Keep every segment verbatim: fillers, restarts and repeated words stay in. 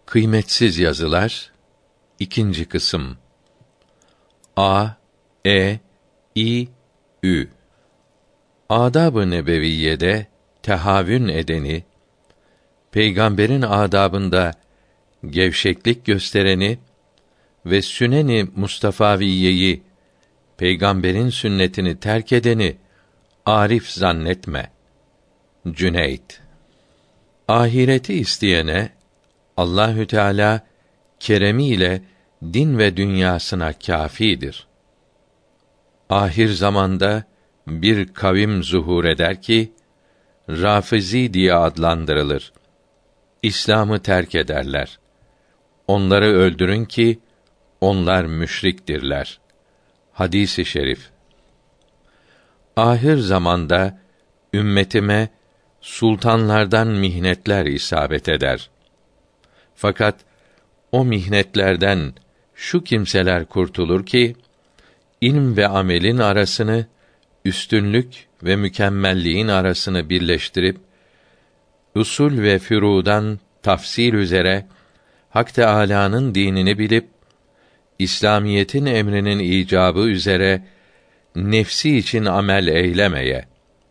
Kıymetsiz yazılar ikinci kısım. A, E, İ, Ü. Adab-ı nebeviyede tehavün edeni, peygamberin adabında gevşeklik göstereni ve süneni Mustafaviyeyi, peygamberin sünnetini terk edeni arif zannetme. Cüneyt. Ahireti isteyene Allahü Teala keremiyle din ve dünyasına kâfidir. Ahir zamanda bir kavim zuhur eder ki Rafizi diye adlandırılır. İslam'ı terk ederler. Onları öldürün ki onlar müşriktirler. Hadis-i şerif. Ahir zamanda ümmetime sultanlardan mihnetler isabet eder. Fakat o mihnetlerden şu kimseler kurtulur ki ilm ve amelin arasını, üstünlük ve mükemmelliğin arasını birleştirip usul ve fürudan tafsil üzere Hak Teâlâ'nın dinini bilip İslamiyetin emrinin icabı üzere nefsi için amel eylemeye,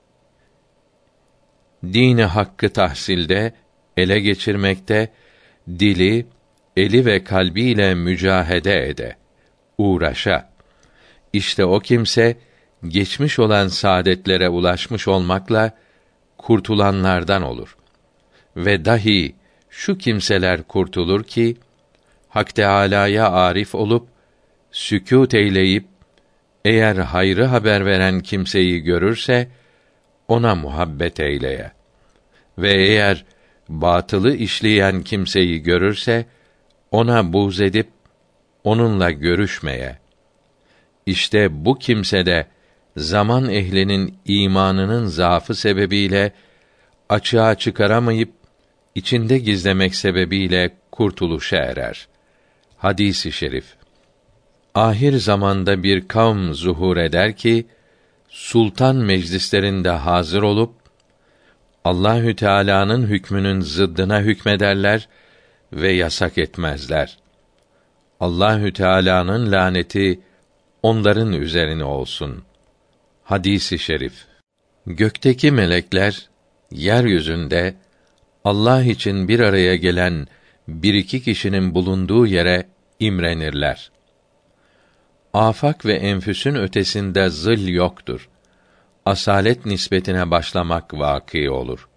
dini hakkı tahsilde, ele geçirmekte, dili, eli ve kalbiyle mücahede ede, uğraşa. İşte o kimse geçmiş olan saadetlere ulaşmış olmakla kurtulanlardan olur. Ve dahi şu kimseler kurtulur ki Hak Teâlâ'ya arif olup sükût eyleyip eğer hayrı haber veren kimseyi görürse ona muhabbet eyleye ve eğer batılı işleyen kimseyi görürse ona buğz edip onunla görüşmeye. İşte bu kimsede zaman ehlinin imanının zaafı sebebiyle açığa çıkaramayıp içinde gizlemek sebebiyle kurtuluşa erer. Hadis-i şerif. Ahir zamanda bir kavm zuhur eder ki sultan meclislerinde hazır olup Allahü Teâlâ'nın hükmünün zıddına hükmederler ve yasak etmezler. Allahü Teâlâ'nın laneti onların üzerine olsun. Hadis-i şerif. Gökteki melekler yeryüzünde Allah için bir araya gelen bir iki kişinin bulunduğu yere imrenirler. Afak ve enfüsün ötesinde zıl yoktur. Asalet nispetine başlamak vâkî olur.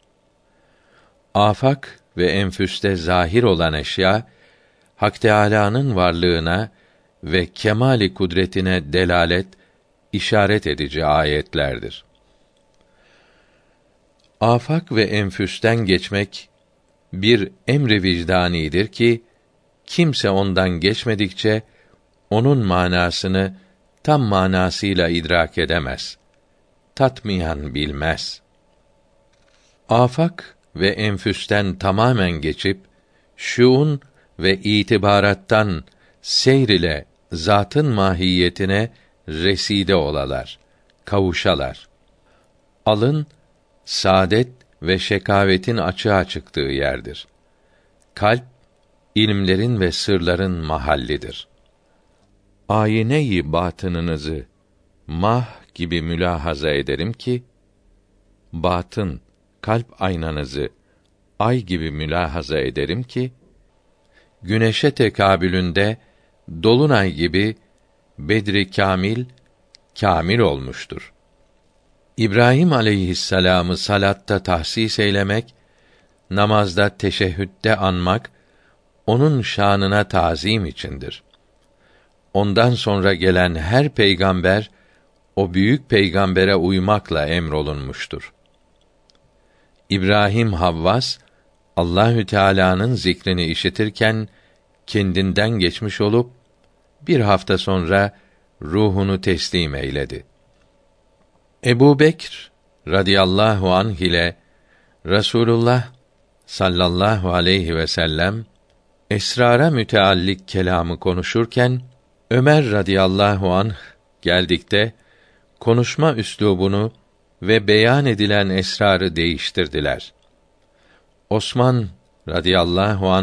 Afak ve enfüste zahir olan eşya, Hak Teâlâ'nın varlığına ve kemâli kudretine delalet, işaret edici ayetlerdir. Afak ve enfüsten geçmek bir emri vicdanidir ki kimse ondan geçmedikçe onun manasını tam manasıyla idrak edemez. Tatmayan bilmez. Afak ve enfüsten tamamen geçip şuun ve itibarattan seyr ile zatın mahiyetine reside olalar, kavuşalar. Alın saadet ve şekavetin açığa çıktığı yerdir. Kalp ilimlerin ve sırların mahallidir. Âyine-i batınınızı mah gibi mülahaza ederim ki batın kalp aynanızı ay gibi mülahaza ederim ki güneşe tekabülünde dolunay gibi bedri kamil kamil olmuştur. İbrahim aleyhisselam'ı salatta tahsis eylemek, namazda teşehhütte anmak onun şanına tazim içindir. Ondan sonra gelen her peygamber o büyük peygambere uymakla emrolunmuştur. İbrahim Havvas Allahü Teala'nın zikrini işitirken kendinden geçmiş olup bir hafta sonra ruhunu teslim eyledi. Ebu Bekr radıyallahu anh ile Rasulullah sallallahu aleyhi ve sellem esrara müteallik kelamı konuşurken Ömer radıyallahu anh geldikte konuşma üslubunu ve beyan edilen esrarı değiştirdiler. Osman radıyallahu anh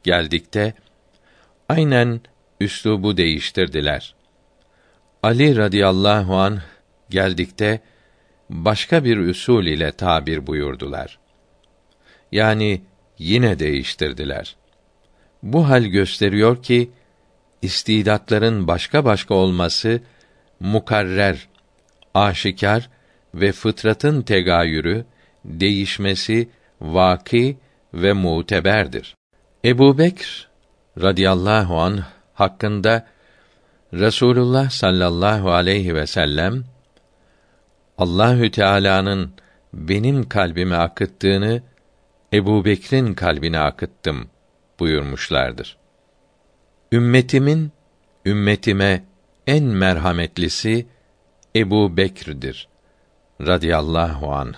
geldikte aynen üslubu değiştirdiler. Ali radıyallahu anh geldikte başka bir üsul ile tabir buyurdular. Yani yine değiştirdiler. Bu hal gösteriyor ki istidatların başka başka olması mukarrer, aşikar ve fıtratın tegayürü, değişmesi vaki ve muteberdir. Ebu Bekr radıyallahu anh hakkında Resulullah sallallahu aleyhi ve sellem Allahü Teala'nın benim kalbime akıttığını Ebu Bekr'in kalbine akıttım buyurmuşlardır. Ümmetimin ümmetime en merhametlisi Ebu Bekr'dir radıyallahu anh.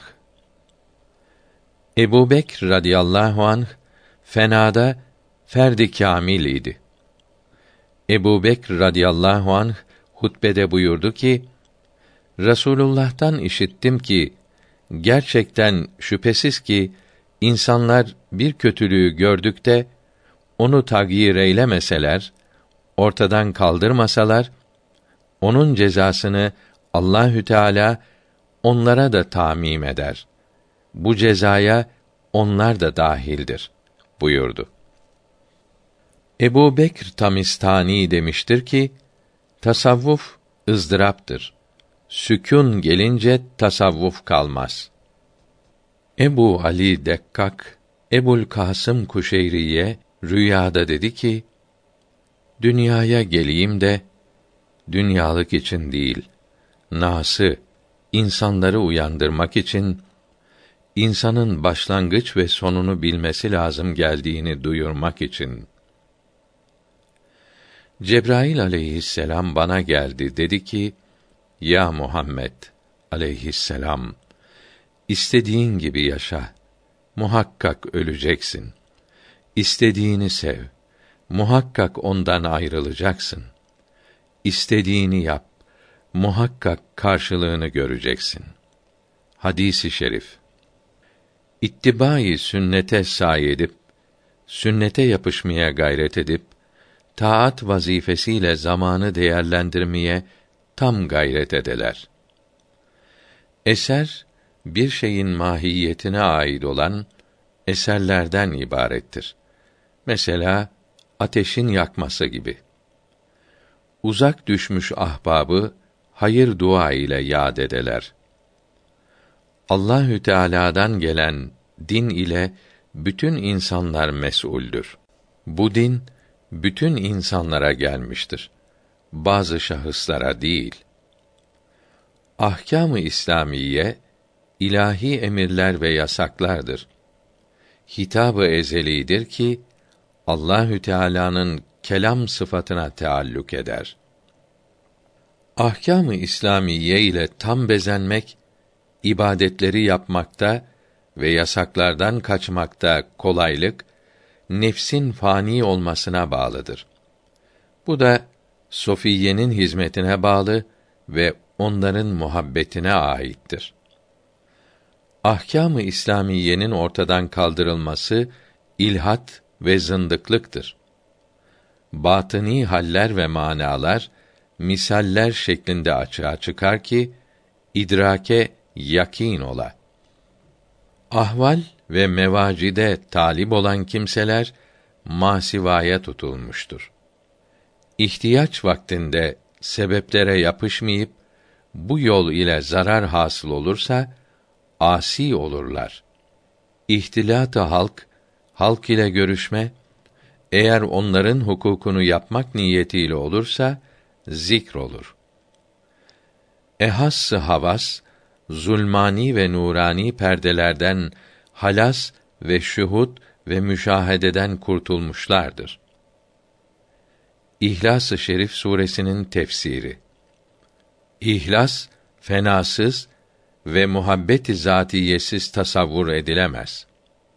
Ebu Bekr radıyallahu anh fenada ferdi kâmil idi. Ebu Bekr radıyallahu anh hutbede buyurdu ki, Resulullah'tan işittim ki, gerçekten şüphesiz ki, insanlar bir kötülüğü gördükte, onu tagyir eylemeseler, ortadan kaldırmasalar, onun cezasını Allahü Teala onlara da tamim eder. Bu cezaya onlar da dahildir buyurdu. Ebu Bekr Tamistani demiştir ki, tasavvuf ızdıraptır. Sükûn gelince tasavvuf kalmaz. Ebu Ali Dekkak, Ebul Kasım Kuşeyri'ye rüyada dedi ki, dünyaya geleyim de, dünyalık için değil, nası, insanları uyandırmak için, insanın başlangıç ve sonunu bilmesi lazım geldiğini duyurmak için. Cebrail aleyhisselam bana geldi, dedi ki, ya Muhammed aleyhisselam, istediğin gibi yaşa, muhakkak öleceksin. İstediğini sev, muhakkak ondan ayrılacaksın. İstediğini yap, muhakkak karşılığını göreceksin. Hadis-i şerif. İttibai sünnete sahi edip, sünnete yapışmaya gayret edip, taat vazifesiyle zamanı değerlendirmeye tam gayret edeler. Eser, bir şeyin mahiyetine ait olan eserlerden ibarettir. Mesela, ateşin yakması gibi. Uzak düşmüş ahbabı, hayır dua ile yad edeler. Allahü Teala'dan gelen din ile bütün insanlar mes'uldür. Bu din bütün insanlara gelmiştir. Bazı şahıslara değil. Ahkâm-ı İslamiye ilahi emirler ve yasaklardır. Hitab-ı ezelidir ki Allahü Teala'nın kelam sıfatına taalluk eder. Ahkâm-ı İslamiye ile tam bezenmek, ibadetleri yapmakta ve yasaklardan kaçmakta kolaylık, nefsin fani olmasına bağlıdır. Bu da Sofiyye'nin hizmetine bağlı ve onların muhabbetine aittir. Ahkâm-ı İslamiyenin ortadan kaldırılması ilhat ve zındıklıktır. Batını haller ve manalar misaller şeklinde açığa çıkar ki idrake yakîn ola. Ahval ve mevacide talip olan kimseler masivaya tutulmuştur. İhtiyaç vaktinde sebeplere yapışmayıp bu yol ile zarar hasıl olursa asi olurlar. İhtilat-ı halk, halk ile görüşme, eğer onların hukukunu yapmak niyetiyle olursa zikr olur. Ehas-ı havas, zulmani ve nurani perdelerden halas ve şuhud ve müşahededen kurtulmuşlardır. İhlas-ı Şerif suresinin tefsiri. İhlas, fenasız ve muhabbet-i zatiyesiz tasavvur edilemez.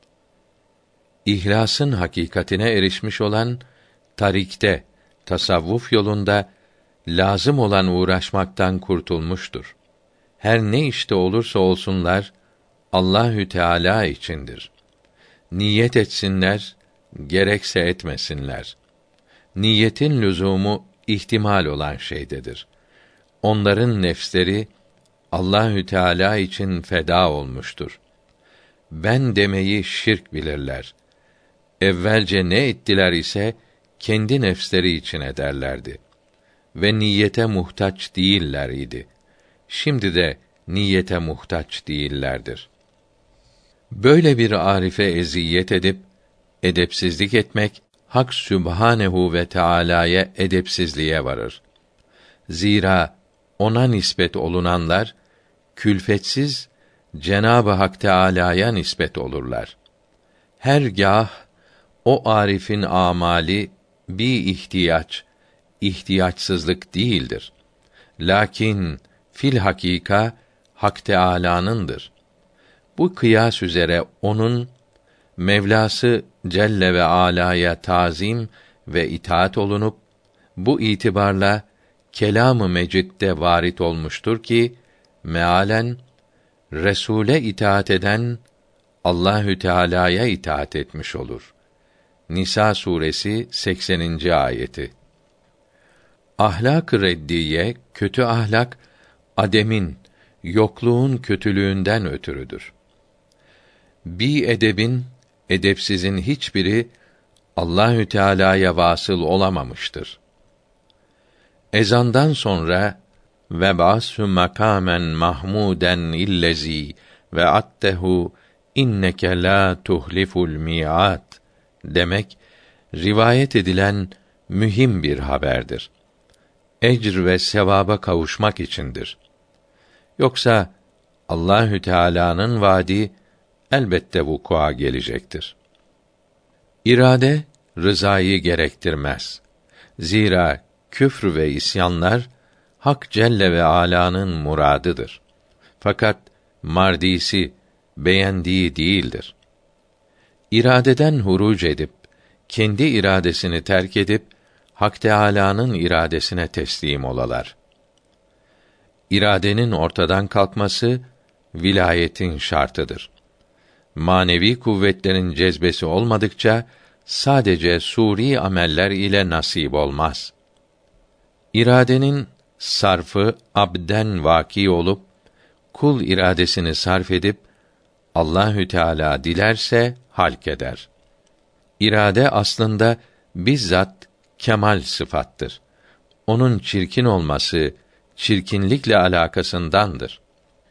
İhlasın hakikatine erişmiş olan tarikte, tasavvuf yolunda lazım olan uğraşmaktan kurtulmuştur. Her ne işte olursa olsunlar Allahü Teala içindir. Niyet etsinler gerekse etmesinler. Niyetin lüzumu ihtimal olan şeydedir. Onların nefsleri Allahü Teala için feda olmuştur. Ben demeyi şirk bilirler. Evvelce ne ettiler ise kendi nefsleri için ederlerdi ve niyete muhtaç değiller idi. Şimdi de niyete muhtaç değillerdir. Böyle bir arife eziyet edip edepsizlik etmek Hak Sübhanehu ve Teâlâ'ya edepsizliğe varır. Zira ona nispet olunanlar külfetsiz Cenab-ı Hak Teâlâ'ya nispet olurlar. Hergâh o arifin amali bir ihtiyaç, ihtiyaçsızlık değildir. Lakin fil hakika Hak Teâlâ'nındır. Bu kıyas üzere onun Mevlası Celle ve Alâ'ya tazim ve itaat olunup bu itibarla Kelam-ı Mecid'de varit olmuştur ki mealen Resûle itaat eden Allahü Teala'ya itaat etmiş olur. Nisa suresi sekseninci ayeti. Ahlak-ı reddiye, kötü ahlak, ademin, yokluğun kötülüğünden ötürüdür. Bi edebin, edepsizin hiçbiri Allahü Teala'ya vasıl olamamıştır. Ezandan sonra ve ba'su makamen mahmuden illezi ve attehu inneke la tuhliful mi'at demek rivayet edilen mühim bir haberdir. Ecr ve sevaba kavuşmak içindir. Yoksa Allahü Teala'nın vaadi elbette vuku'a gelecektir. İrade rızayı gerektirmez. Zira küfr ve isyanlar Hak Celle ve Alâ'nın muradıdır. Fakat mardisi, beğendiği değildir. İradeden huruc edip kendi iradesini terk edip Hak Teâlâ'nın iradesine teslim olalar. İradenin ortadan kalkması vilayetin şartıdır. Manevi kuvvetlerin cezbesi olmadıkça sadece suri ameller ile nasip olmaz. İradenin sarfı abden vaki olup kul iradesini sarf edip Allahü Teala dilerse halk eder. İrade aslında bizzat kemal sıfattır. Onun çirkin olması çirkinlikle alakasındandır.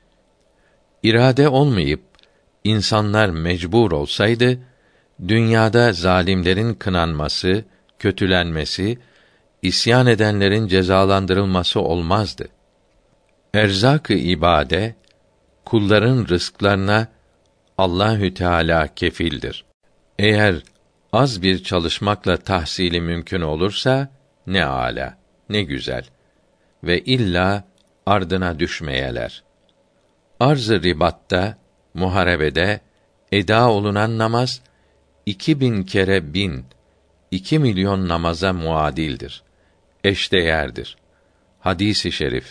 İrade olmayıp insanlar mecbur olsaydı dünyada zalimlerin kınanması, kötülenmesi, isyan edenlerin cezalandırılması olmazdı. Erzak-ı ibade kulların rızklarına Allahü Teala kefildir. Eğer az bir çalışmakla tahsili mümkün olursa ne âlâ, ne güzel ve illa ardına düşmeyeler. Arz-ı ribatta, muharebede eda olunan namaz iki bin kere bin, iki milyon namaza muadildir. Eşdeğerdir. Hadis-i şerif.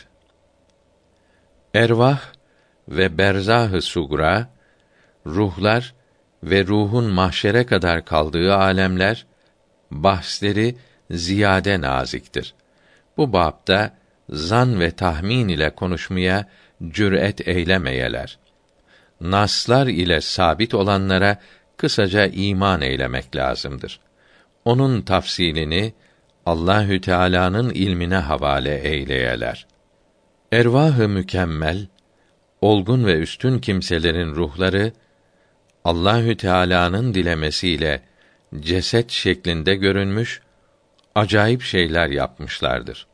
Ervah ve berzah-ı sugra, ruhlar ve ruhun mahşere kadar kaldığı alemler, bahsleri ziyade naziktir. Bu bapta zan ve tahmin ile konuşmaya cüret eylemeyeler. Naslar ile sabit olanlara kısaca iman eylemek lazımdır. Onun tafsilini Allahü Teala'nın ilmine havale eyleyeler. Ervah-ı mükemmel, olgun ve üstün kimselerin ruhları Allahü Teala'nın dilemesiyle ceset şeklinde görünmüş, acayip şeyler yapmışlardır.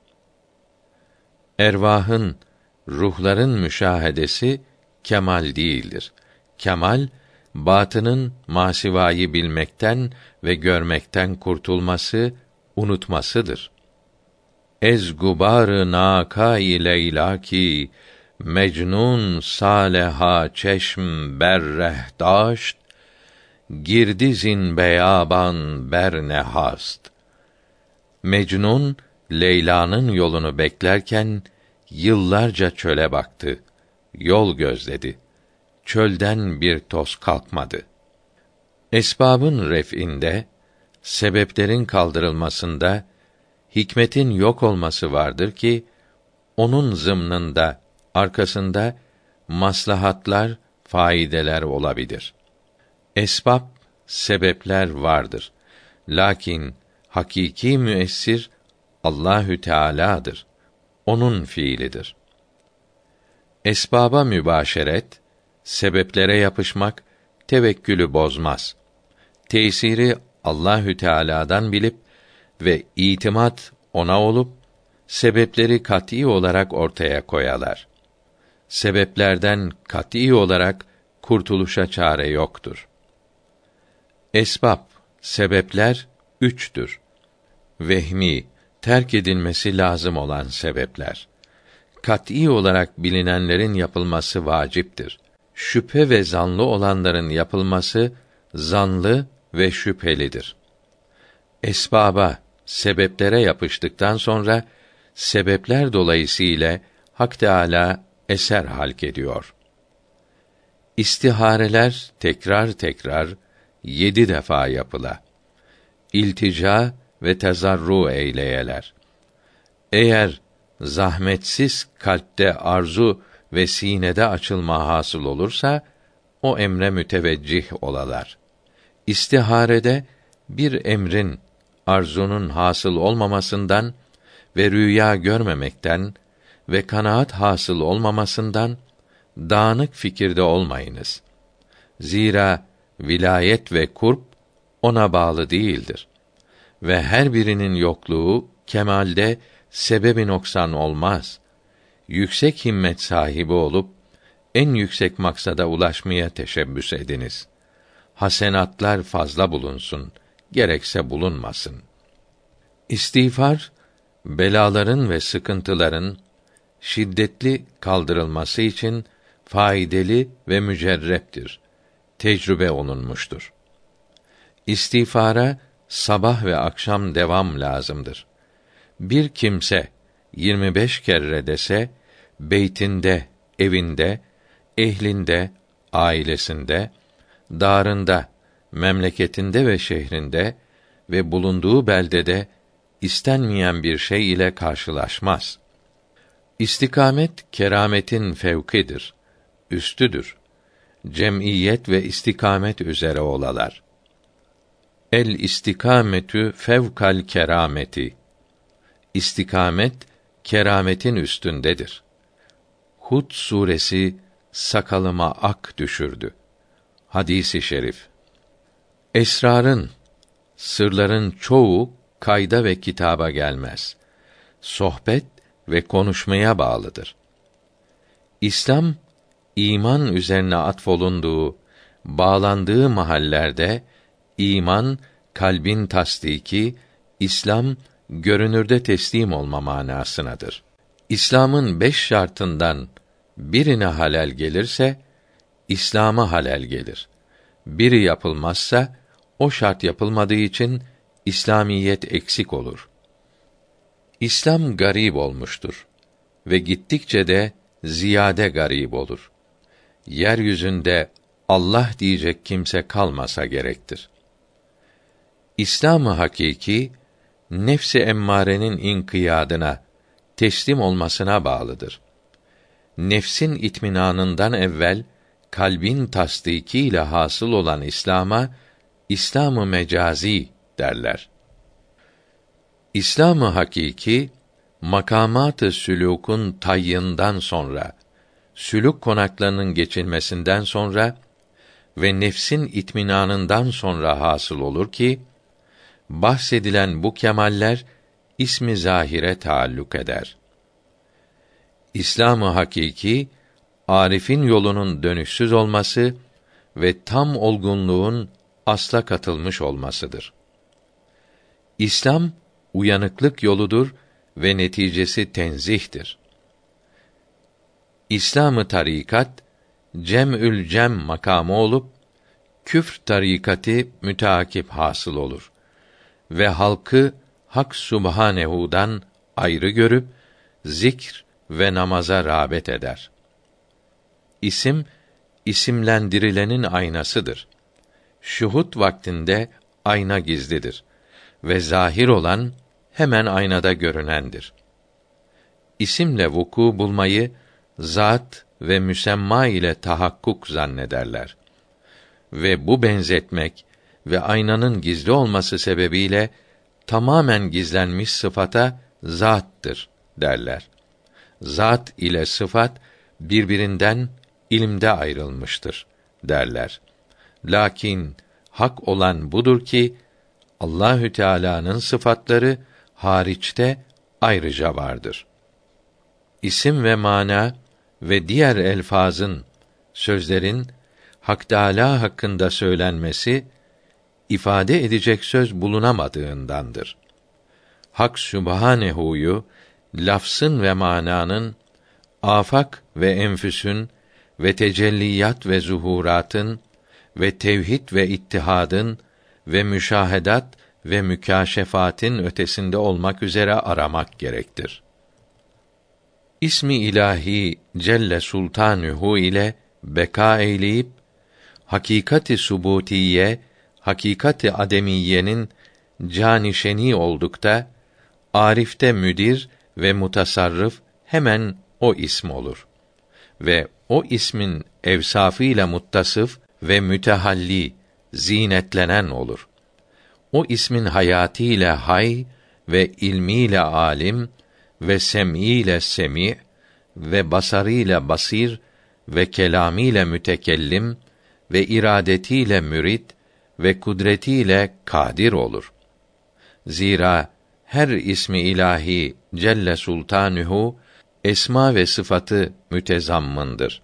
Ervahın, ruhların müşahedesi kemal değildir. Kemal, batının masivayı bilmekten ve görmekten kurtulması, unutmasıdır. Ez gubar-ı nâkâ-i Leyla ki Mecnun sâleha çeşm berreh daşt, girdi zin beyaban berne hast. Mecnun Leyla'nın yolunu beklerken yıllarca çöle baktı, yol gözledi. Çölden bir toz kalkmadı. Esbabın ref'inde sebeplerin kaldırılmasında hikmetin yok olması vardır ki onun zımnında, arkasında maslahatlar, faydeler olabilir. Esbab, sebepler vardır. Lakin hakiki müessir Allahü Teala'dır. Onun fiilidir. Esbaba mübaşeret, sebeplere yapışmak tevekkülü bozmaz. Tesiri Allahü Teala'dan bilip ve itimat ona olup sebepleri kat'î olarak ortaya koyalar. Sebeplerden kat'î olarak kurtuluşa çare yoktur. Esbab, sebepler üçtür. Vehmi, terk edilmesi lazım olan sebepler. Kat'î olarak bilinenlerin yapılması vaciptir. Şüphe ve zanlı olanların yapılması zanlı ve şüphelidir. Esbaba, sebeplere yapıştıktan sonra sebepler dolayısıyla Hak Teâlâ eser halk ediyor. İstihareler tekrar tekrar yedi defa yapıla. İltica ve tezarru eyleyeler. Eğer zahmetsiz kalpte arzu ve sinede açılma hasıl olursa o emre müteveccih olalar. İstiharede bir emrin, arzunun hasıl olmamasından ve rüya görmemekten ve kanaat hasıl olmamasından dağınık fikirde olmayınız. Zira vilayet ve kurb ona bağlı değildir. Ve her birinin yokluğu kemalde sebebi noksan olmaz. Yüksek himmet sahibi olup en yüksek maksada ulaşmaya teşebbüs ediniz. Hasenatlar fazla bulunsun, gerekse bulunmasın. İstiğfar, belaların ve sıkıntıların şiddetli kaldırılması için faydalı ve mücerreptir. Tecrübe olunmuştur. İstiğfara sabah ve akşam devam lazımdır. Bir kimse yirmi beş kere dese, beytinde, evinde, ehlinde, ailesinde, dârında, memleketinde ve şehrinde ve bulunduğu beldede istenmeyen bir şey ile karşılaşmaz. İstikamet kerametin fevkidir, üstüdür. Cemiyet ve istikamet üzere olalar. El istikametü fevkal kerameti. İstikamet kerametin üstündedir. Hud suresi sakalıma ak düşürdü. Hadisi şerif. Esrarın, sırların çoğu kayda ve kitaba gelmez. Sohbet ve konuşmaya bağlıdır. İslam, iman üzerine atfolunduğu, bağlandığı mahallerde iman kalbin tasdiki, İslam görünürde teslim olma manasınadır. İslam'ın beş şartından birine halal gelirse İslam'a halal gelir. Biri yapılmazsa o şart yapılmadığı için İslamiyet eksik olur. İslam garip olmuştur ve gittikçe de ziyade garip olur. Yeryüzünde Allah diyecek kimse kalmasa gerektir. İslam-ı hakiki nefs-i emmârenin inkiyadına, teslim olmasına bağlıdır. Nefsin itminanından evvel kalbin tasdikiyle hasıl olan İslam'a İslam-ı mecazi derler. İslam-ı hakiki makamat-ı sülûkun tayyından sonra, sülûk konaklarının geçilmesinden sonra ve nefsin itminanından sonra hasıl olur ki bahsedilen bu kemaller ismi zahire taalluk eder. İslam-ı hakiki arifin yolunun dönüşsüz olması ve tam olgunluğun asla katılmış olmasıdır. İslam uyanıklık yoludur ve neticesi tenzihtir. İslam-ı tarikat cem'ül cem makamı olup küfr tarikatı müteakip hasıl olur ve halkı Hak Subhanehu'dan ayrı görüp zikr ve namaza rağbet eder. İsim isimlendirilenin aynasıdır. Şuhud vaktinde ayna gizlidir. ve zahir olan hemen aynada görünendir. İsimle vuku bulmayı zat ve müsemma ile tahakkuk zannederler. Ve bu benzetmek ve aynanın gizli olması sebebiyle tamamen gizlenmiş sıfata zattır derler. Zat ile sıfat birbirinden ilimde ayrılmıştır derler. Lakin hak olan budur ki Allahü Teala'nın sıfatları hariçte ayrıca vardır. İsim ve mana ve diğer elfazın, sözlerin Hak Teâlâ hakkında söylenmesi ifade edecek söz bulunamadığındandır. Hak Sübhanehu'yu lafsın ve mananın, afak ve enfüsün ve tecelliyat ve zuhuratın ve tevhid ve ittihadın ve müşahedat ve mükâşefatın ötesinde olmak üzere aramak gerektir. İsmi ilahi Celle Sultanuhu ile beka eyleyip hakikati subutiye, hakikati ademiyenin canişeni oldukta arifte müdir ve mutasarrıf hemen o ism olur ve o ismin evsafıyla muttasıf ve mütehalli, zinetlenen olur. O ismin hayatîyle hay ve ilmiyle alim ve sem'iyle semi ve basarıyla basir ve kelâmiyle mütekellim ve iradetiyle mürid ve kudretiyle kadir olur. Zira her ismi ilahi Celle Sultanuhu esma ve sıfatı mütezammındır.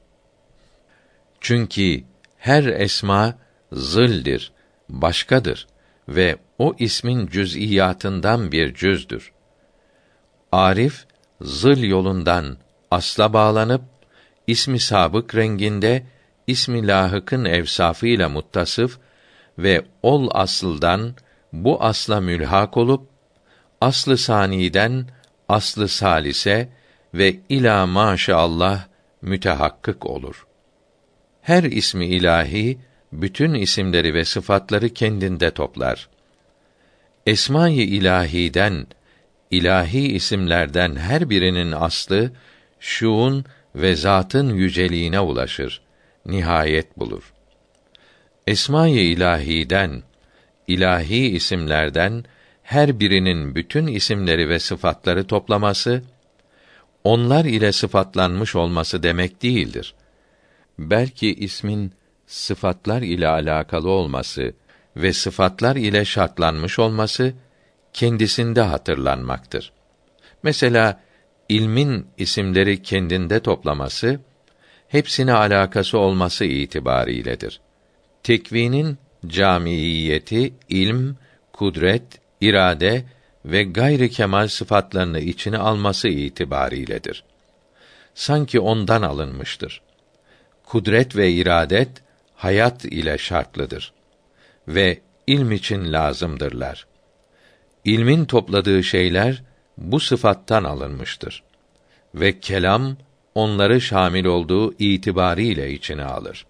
Çünkü her esma zıldir, başkadır ve o ismin cüz'iyatından bir cüzdür. Arif zıl yolundan asla bağlanıp ismi sabık renginde ismi lahıkın evsafıyla muttasıf ve ol asıldan bu asla mülhak olup aslı saniden aslı salise ve ilâ maşallah mütehakkık olur. Her ismi ilahi bütün isimleri ve sıfatları kendinde toplar. Esma-i ilahiden, ilahi isimlerden her birinin aslı şuun ve zatın yüceliğine ulaşır, nihayet bulur. Esma-i ilahiden, ilahi isimlerden her birinin bütün isimleri ve sıfatları toplaması, onlar ile sıfatlanmış olması demek değildir. Belki ismin sıfatlar ile alakalı olması ve sıfatlar ile şartlanmış olması kendisinde hatırlanmaktır. Mesela ilmin isimleri kendinde toplaması, hepsine alakası olması itibarıyledir. Tekvinin camiiyeti, ilm, kudret, irade ve gayri kemal sıfatlarını içine alması itibarıyledir. Sanki ondan alınmıştır. Kudret ve iradet hayat ile şartlıdır ve ilm için lazımdırlar. İlmin topladığı şeyler bu sıfattan alınmıştır ve kelam onları şamil olduğu itibariyle içine alır.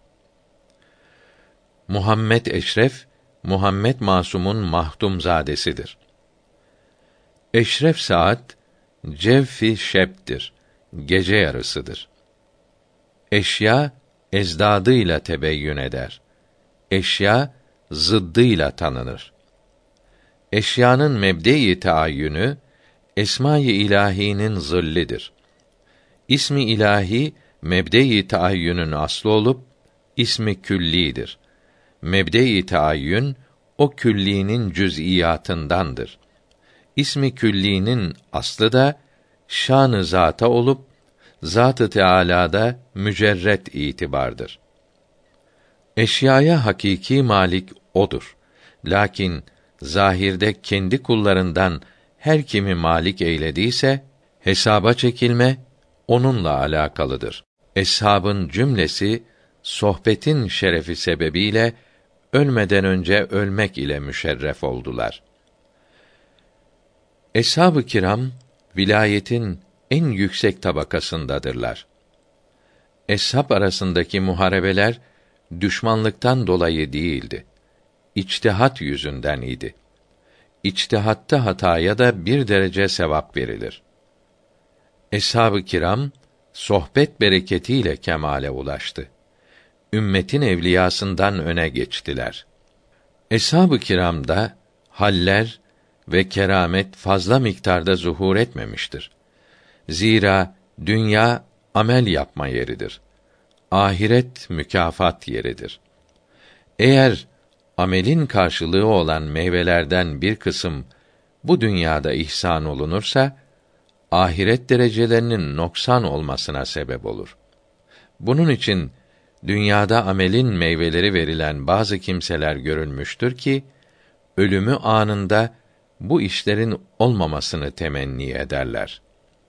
Muhammed Eşref, Muhammed Masum'un mahdumzadesidir. Eşref saat cevf-i şeb'dir, gece yarısıdır. Eşya ezdadıyla tebeyyün eder. Eşya zıddıyla tanınır. Eşyanın mebde-i taayyünü esma-i ilahinin zillidir. İsmi ilahi mebde-i taayyünün aslı olup ismi küllidir. Mebde-i taayyün o küllinin cüz'iyatındandır. İsmi küllinin aslı da şan-ı zata olup Zat-ı Teâlâ'da mücerret itibardır. Eşyaya hakiki malik odur. Lakin zahirde kendi kullarından her kimi malik eylediyse hesaba çekilme onunla alakalıdır. Eshabın cümlesi sohbetin şerefi sebebiyle ölmeden önce ölmek ile müşerref oldular. Eshab-ı kiram vilayetin en yüksek tabakasındadırlar. Eshab arasındaki muharebeler düşmanlıktan dolayı değildi. İçtihat yüzünden idi. içtihatta hataya da bir derece sevap verilir. Eshab-ı kiram sohbet bereketiyle kemale ulaştı. Ümmetin evliyasından öne geçtiler. Eshab-ı kiramda haller ve keramet fazla miktarda zuhur etmemiştir. Zira dünya amel yapma yeridir. Ahiret mükafat yeridir. Eğer amelin karşılığı olan meyvelerden bir kısım bu dünyada ihsan olunursa, ahiret derecelerinin noksan olmasına sebep olur. Bunun için dünyada amelin meyveleri verilen bazı kimseler görülmüştür ki, ölümü anında bu işlerin olmamasını temenni ederler.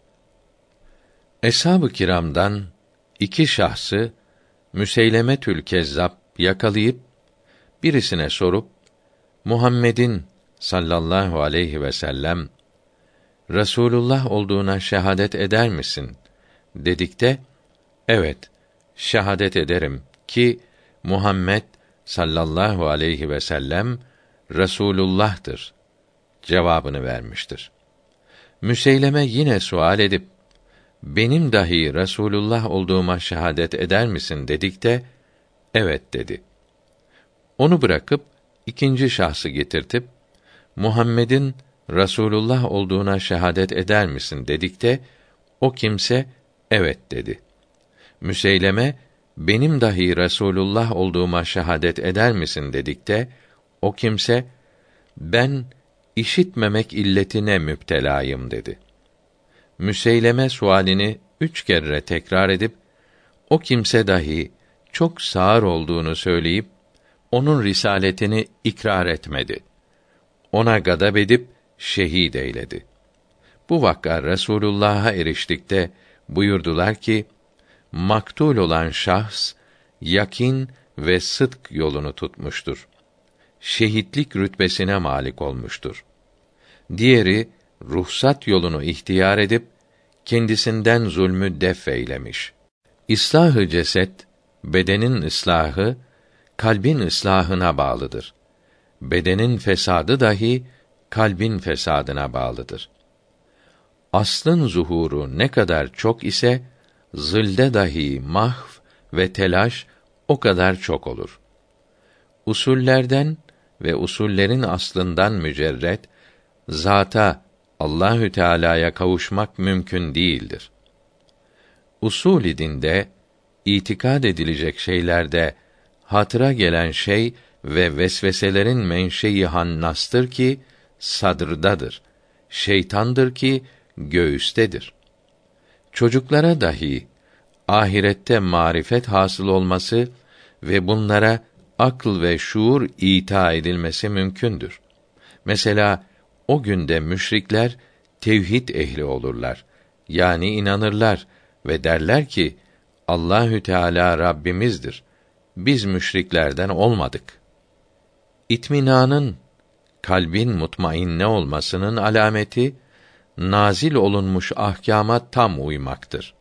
Eshab-ı kiramdan iki şahsı Müseylemetül Kezzab yakalayıp birisine sorup, Muhammed'in sallallahu aleyhi ve sellem Resulullah olduğuna şehadet eder misin dedikte, evet, şehadet ederim ki Muhammed sallallahu aleyhi ve sellem Resulullah'tır cevabını vermiştir. Müseyleme yine sual edip, benim dahi Resulullah olduğuma şehadet eder misin dedikte, evet dedi. Onu bırakıp ikinci şahsı getirtip, Muhammed'in Resulullah olduğuna şehadet eder misin dedikte, o kimse evet dedi. Müseyleme, benim dahi Resulullah olduğuma şehadet eder misin dedikte, o kimse, ben işitmemek illetine müptelayım dedi. Müseyleme sualini üç kere tekrar edip, o kimse dahi çok sağır olduğunu söyleyip, onun risaletini ikrar etmedi. Ona gadab edip şehit eyledi. Bu vakka Resulullah'a eriştikte buyurdular ki, maktul olan şahs yakin ve sıdk yolunu tutmuştur. Şehitlik rütbesine malik olmuştur. Diğeri ruhsat yolunu ihtiyar edip kendisinden zulmü def eylemiş. İslahı ceset, bedenin ıslahı, kalbin ıslahına bağlıdır. Bedenin fesadı dahi kalbin fesadına bağlıdır. Aslın zuhuru ne kadar çok ise, zilde dahi mahv ve telaş o kadar çok olur. Usullerden ve usullerin aslından mücerret, zata Allahü Teala'ya kavuşmak mümkün değildir. Usul-i dinde, itikad edilecek şeylerde hatıra gelen şey ve vesveselerin menşei hannastır ki sadrdadır. Şeytandır ki göğüstedir. Çocuklara dahi ahirette marifet hasıl olması ve bunlara akıl ve şuur ita edilmesi mümkündür. Mesela o günde müşrikler tevhid ehli olurlar. Yani inanırlar ve derler ki Allahü Teala Rabbimizdir. Biz müşriklerden olmadık. İtminanın, kalbin mutmainne olmasının alameti nazil olunmuş ahkâma tam uymaktır.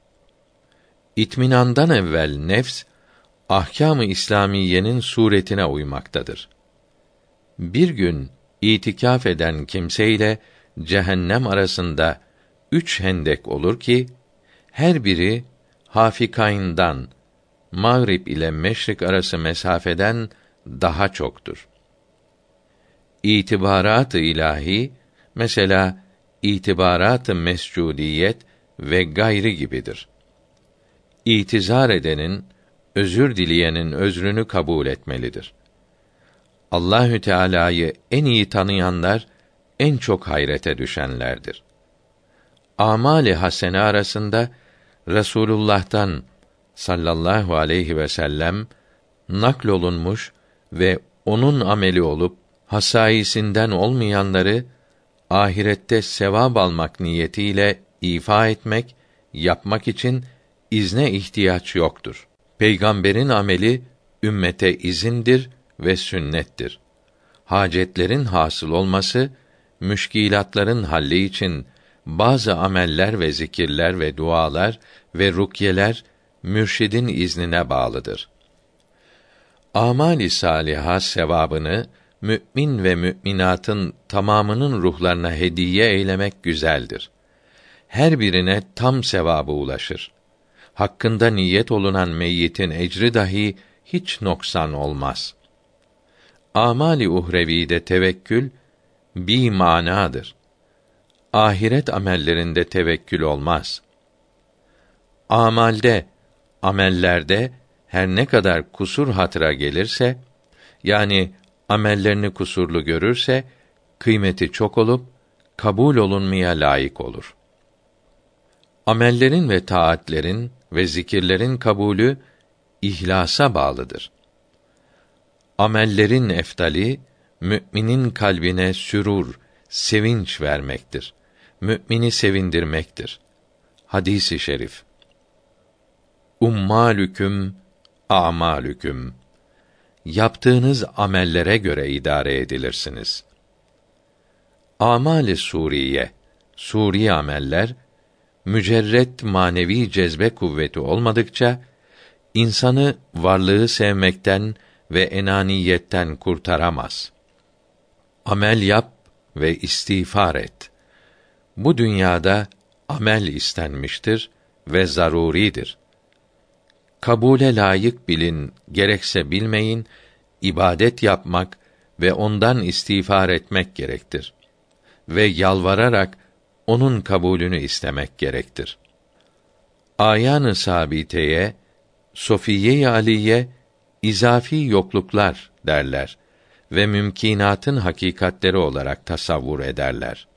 İtminandan evvel nefs ahkâm-ı İslamiyenin suretine uymaktadır. Bir gün itikaf eden kimseyle cehennem arasında üç hendek olur ki her biri Hafikayn'dan, Mağrib ile Meşrik arası mesafeden daha çoktur. İtibarat-ı ilahi, mesela itibarat-ı mescudiyet ve gayri gibidir. İtizar edenin, özür dileyenin özrünü kabul etmelidir. Allahü Teala'yı en iyi tanıyanlar en çok hayrete düşenlerdir. Amali hasene arasında Resulullah'tan sallallahu aleyhi ve sellem naklolunmuş ve onun ameli olup hasayisinden olmayanları ahirette sevap almak niyetiyle ifa etmek, yapmak için izne ihtiyaç yoktur. Peygamberin ameli ümmete izindir ve sünnettir. Hacetlerin hasıl olması, müşkilatların halli için bazı ameller ve zikirler ve dualar ve rukyeler mürşidin iznine bağlıdır. Amali saliha sevabını mü'min ve mü'minatın tamamının ruhlarına hediye eylemek güzeldir. Her birine tam sevabı ulaşır. Hakkında niyet olunan meyyitin ecri dahi hiç noksan olmaz. Amali uhrevi'de tevekkül bir manadır. Ahiret amellerinde tevekkül olmaz. Amalde, amellerde her ne kadar kusur hatıra gelirse, yani amellerini kusurlu görürse, kıymeti çok olup kabul olunmaya layık olur. Amellerin ve taatlerin ve zikirlerin kabulü ihlasa bağlıdır. Amellerin eftali müminin kalbine sürur, sevinç vermektir. Mümini sevindirmektir. Hadisi şerif. Ummalüküm a'malüküm. Yaptığınız amellere göre idare edilirsiniz. Amali suriye, suri ameller mücerret manevi cezbe kuvveti olmadıkça insanı varlığı sevmekten ve enaniyetten kurtaramaz. Amel yap ve istiğfar et. Bu dünyada amel istenmiştir ve zaruridir. Kabule layık bilin, gerekse bilmeyin, ibadet yapmak ve ondan istiğfar etmek gerektir. Ve yalvararak onun kabulünü istemek gerektir. Âyan-ı sabiteye, Sofiye-i Aliye, izafi yokluklar derler ve mümkînatın hakikatleri olarak tasavvur ederler.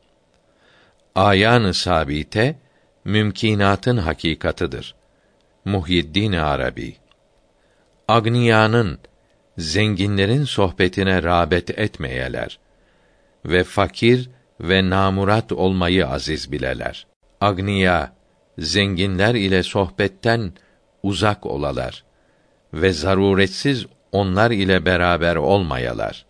Âyan-ı sabite, mümkînatın hakikatıdır. Muhyiddin Arabi. Agniyanın, zenginlerin sohbetine rağbet etmeyeler ve fakir ve namurat olmayı aziz bileler. Agniya, zenginler ile sohbetten uzak olalar ve zaruretsiz onlar ile beraber olmayalar.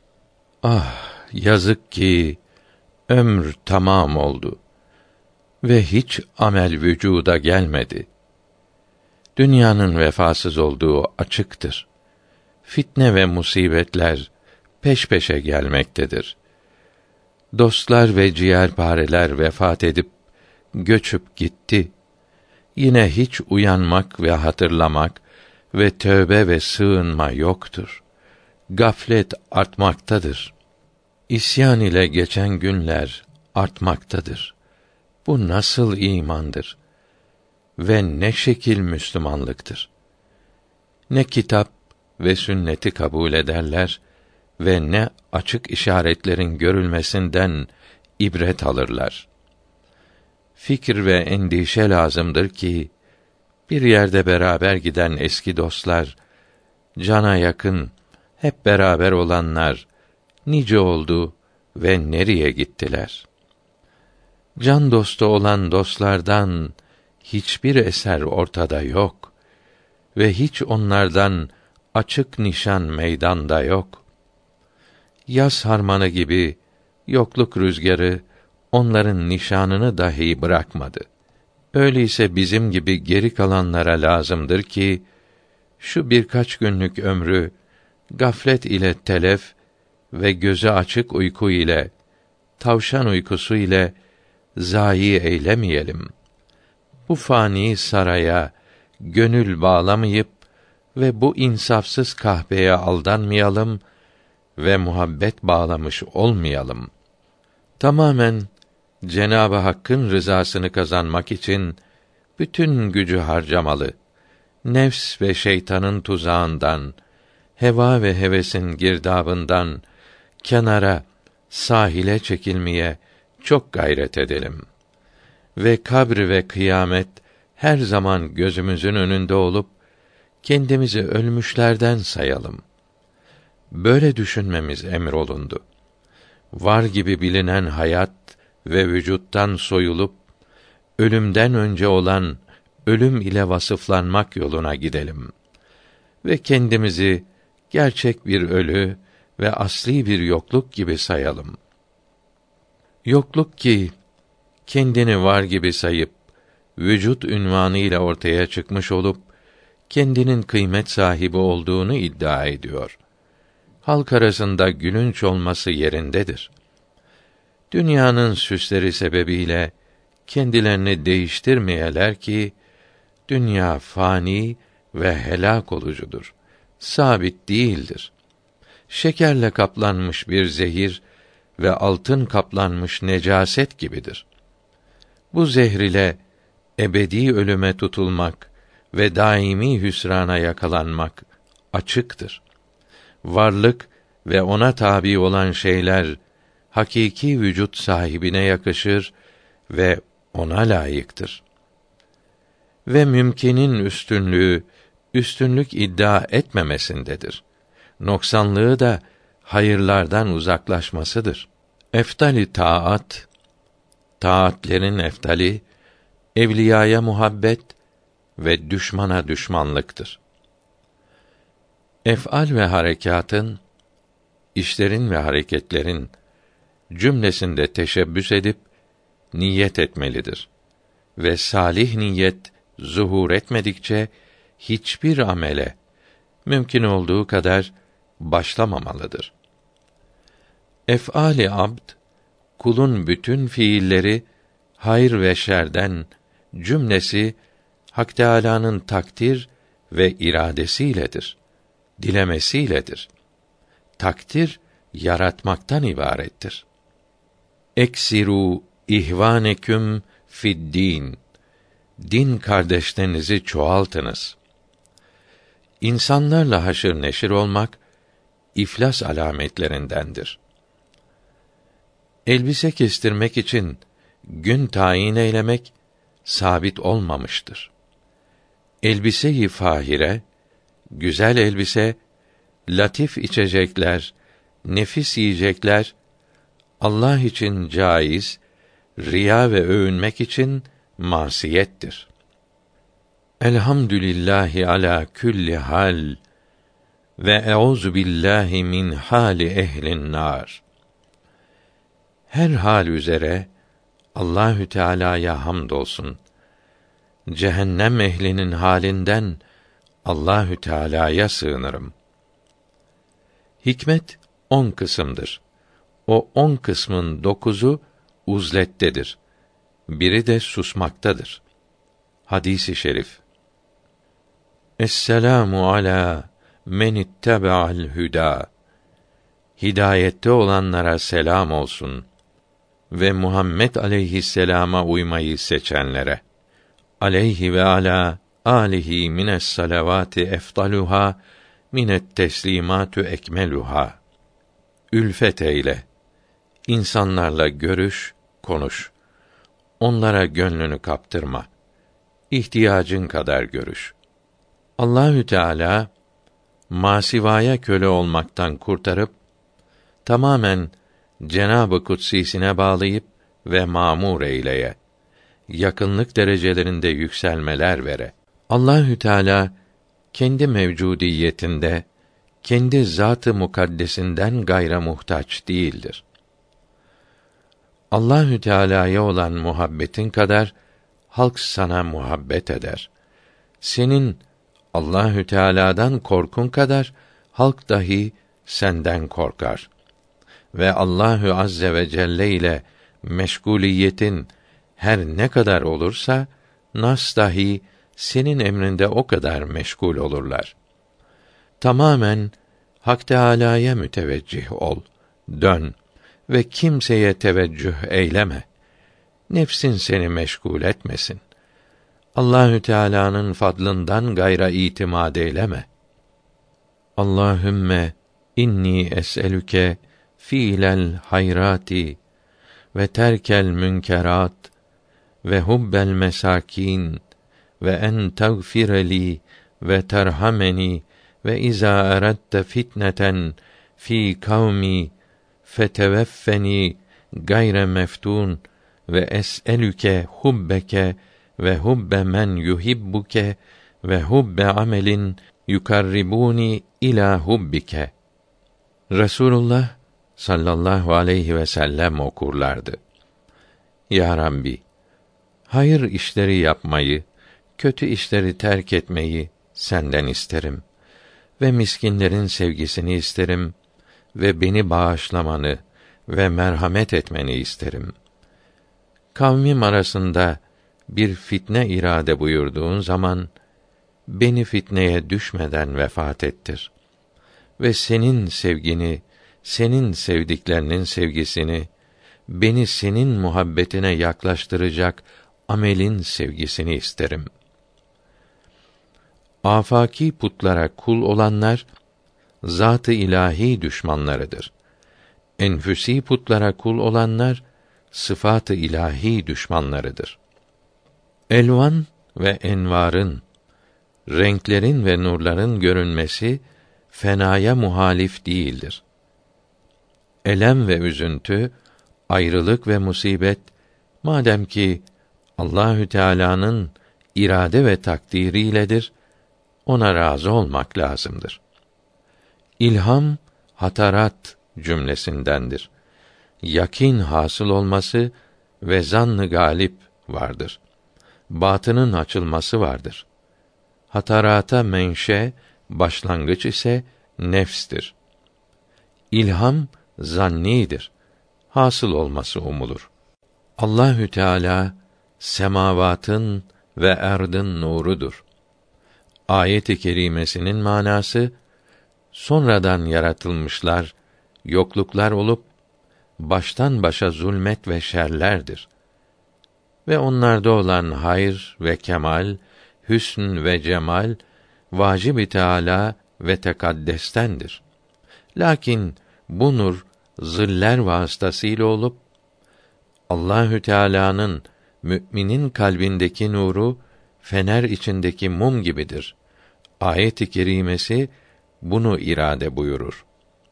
Ah, yazık ki ömür tamam oldu ve hiç amel vücuda gelmedi. Dünyanın vefasız olduğu açıktır. Fitne ve musibetler peş peşe gelmektedir. Dostlar ve ciğerpareler vefat edip göçüp gitti. Yine hiç uyanmak ve hatırlamak ve tövbe ve sığınma yoktur. Gaflet artmaktadır. İsyan ile geçen günler artmaktadır. Bu nasıl imandır? Ve ne şekil Müslümanlıktır? Ne kitap ve sünneti kabul ederler ve ne açık işaretlerin görülmesinden ibret alırlar. Fikir ve endişe lazımdır ki, bir yerde beraber giden eski dostlar, cana yakın, hep beraber olanlar, nice oldu ve nereye gittiler? Can dostu olan dostlardan hiçbir eser ortada yok ve hiç onlardan açık nişan meydanda yok. Yaz harmanı gibi yokluk rüzgarı onların nişanını dahi bırakmadı. Öyleyse bizim gibi geri kalanlara lazımdır ki şu birkaç günlük ömrü gaflet ile telef ve gözü açık uyku ile, tavşan uykusu ile zayi eylemeyelim. Bu fani saraya gönül bağlamayıp ve bu insafsız kahpeye aldanmayalım ve muhabbet bağlamış olmayalım. Tamamen Cenab-ı Hakk'ın rızasını kazanmak için bütün gücü harcamalı. Nefs ve şeytanın tuzağından, heva ve hevesin girdabından kenara, sahile çekilmeye çok gayret edelim. Ve kabr ve kıyamet her zaman gözümüzün önünde olup kendimizi ölmüşlerden sayalım. Böyle düşünmemiz emrolundu. Var gibi bilinen hayat ve vücuttan soyulup ölümden önce olan ölüm ile vasıflanmak yoluna gidelim ve kendimizi gerçek bir ölü ve asli bir yokluk gibi sayalım. Yokluk ki kendini var gibi sayıp vücut ünvanı ile ortaya çıkmış olup kendinin kıymet sahibi olduğunu iddia ediyor. halk arasında gülünç olması yerindedir. Dünyanın süsleri sebebiyle kendilerini değiştirmeyeler ki, dünya fani ve helak olucudur. Sabit değildir. Şekerle kaplanmış bir zehir ve altın kaplanmış necaset gibidir. Bu zehir ile ebedi ölüme tutulmak ve daimi hüsrana yakalanmak açıktır. Varlık ve ona tabi olan şeyler hakiki vücut sahibine yakışır ve ona layıktır. Ve mümkinin üstünlüğü üstünlük iddia etmemesindedir. Noksanlığı da hayırlardan uzaklaşmasıdır. Eftali taat, taatlerin eftali, evliyaya muhabbet ve düşmana düşmanlıktır. Ef'al ve harekatın, işlerin ve hareketlerin cümlesinde teşebbüs edip niyet etmelidir. Ve salih niyet zuhur etmedikçe hiçbir amele mümkün olduğu kadar başlamamalıdır. Ef'ali abd, kulun bütün fiilleri hayır ve şerden cümlesi Hak Teâlâ'nın takdir ve iradesiyledir, dilemesiyledir. Takdir yaratmaktan ibarettir. Eksiru ihvaneküm fi'd-din. Din kardeşlerinizi çoğaltınız. İnsanlarla haşır neşir olmak iflas alametlerindendir. Elbise kestirmek için gün tayin eylemek sabit olmamıştır. Elbise-i fahire, güzel elbise, latif içecekler, nefis yiyecekler Allah için caiz, riya ve övünmek için masiyettir. Elhamdülillahi ala külli hal ve euzu billahi min hali ehlin nar. Her hal üzere Allahü Teala'ya hamdolsun. Cehennem ehlinin halinden Allahü Teala'ya sığınırım. Hikmet on kısımdır. O on kısmın dokuzu uzlettedir. Biri de susmaktadır. Hadis-i şerif. Esselamu ala men ittebe'al hüda. Hidayette olanlara selam olsun ve Muhammed aleyhisselama uymayı seçenlere. Aleyhi ve ala alihi mines salavati efdaluha minet teslimatü ekmeluha. Ülfet eyle. İnsanlarla görüş, konuş. Onlara gönlünü kaptırma. İhtiyacın kadar görüş. Allahü Teala masivaya köle olmaktan kurtarıp tamamen Cenab-ı Kudsîsine bağlayıp ve mamur eyleye, yakınlık derecelerinde yükselmeler vere. Allahü Teala kendi mevcudiyetinde kendi zat-ı mukaddesinden gayra muhtaç değildir. Allahü Teala'ya olan muhabbetin kadar halk sana muhabbet eder. Senin Allahü Teala'dan korkun kadar halk dahi senden korkar. Ve Allahü Azze ve Celle ile meşguliyetin her ne kadar olursa nas dahi senin emrinde o kadar meşgul olurlar. Tamamen Hak Teâlâ'ya müteveccih ol, dön ve kimseye teveccüh eyleme. Nefsin seni meşgul etmesin. Allahü Teala'nın fadlından gayra itimad eyleme. Allahümme inni es'elüke fiilel hayrati ve terkel münkerat ve hubbel mesakin ve en tagfireli ve terhameni ve izâ eradte fitneten fî kavmi feteveffeni gayre meftun ve es'elüke hubbeke ve hubbe men yuhibbuke ve hubbe amelin yukarribuni ila hubbike. Resulullah sallallahu aleyhi ve sellem okurlardı. Ya Rabbi, hayır işleri yapmayı, kötü işleri terk etmeyi senden isterim ve miskinlerin sevgisini isterim ve beni bağışlamanı ve merhamet etmeni isterim. Kavmim arasında bir fitne irade buyurduğun zaman, beni fitneye düşmeden vefat ettir. Ve senin sevgini, senin sevdiklerinin sevgisini, beni senin muhabbetine yaklaştıracak amelin sevgisini isterim. Afaki putlara kul olanlar, zat-ı ilahi düşmanlarıdır. Enfüsi putlara kul olanlar, sıfat-ı ilahi düşmanlarıdır. Elvan ve envarın, renklerin ve nurların görünmesi, fenaya muhalif değildir. Elem ve üzüntü, ayrılık ve musibet, madem ki Allahü Teala'nın irade ve takdiriyledir, ona razı olmak lazımdır. İlham, hatarat cümlesindendir. Yakin hasıl olması ve zan-ı galip vardır. Batının açılması vardır. Hatarata menşe, başlangıç ise nefstir. İlham zannidir. Hasıl olması umulur. Allahü Teala semavatın ve erdin nurudur. Ayet-i kerimesinin manası, sonradan yaratılmışlar, yokluklar olup baştan başa zulmet ve şerlerdir. Ve onlarda olan hayır ve kemal, hüsn ve cemal, vacib-i Teâlâ ve tekaddestendir. Lakin bu nur ziller vasıtasıyla olup Allahü Teala'nın müminin kalbindeki nuru fener içindeki mum gibidir. Ayet-i kerimesi bunu irade buyurur.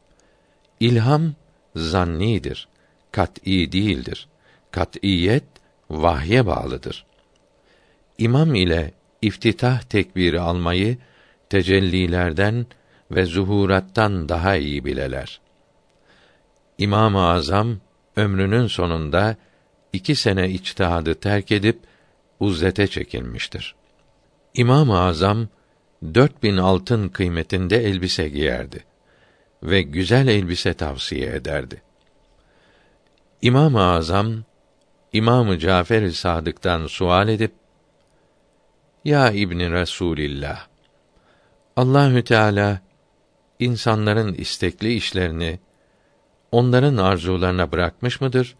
İlham zannidir, kat'î değildir. Kat'iyet vahye bağlıdır. İmam ile iftitah tekbiri almayı tecellilerden ve zuhurattan daha iyi bileler. İmam-ı Azam ömrünün sonunda iki sene içtihadı terk edip uzlete çekilmiştir. İmam-ı Azam dört bin altın kıymetinde elbise giyerdi ve güzel elbise tavsiye ederdi. İmam-ı Azam İmam-ı Cafer-i Sadık'tan sual edip, Ya İbn Resulillah, Allahü Teala insanların istekli işlerini onların arzularına bırakmış mıdır?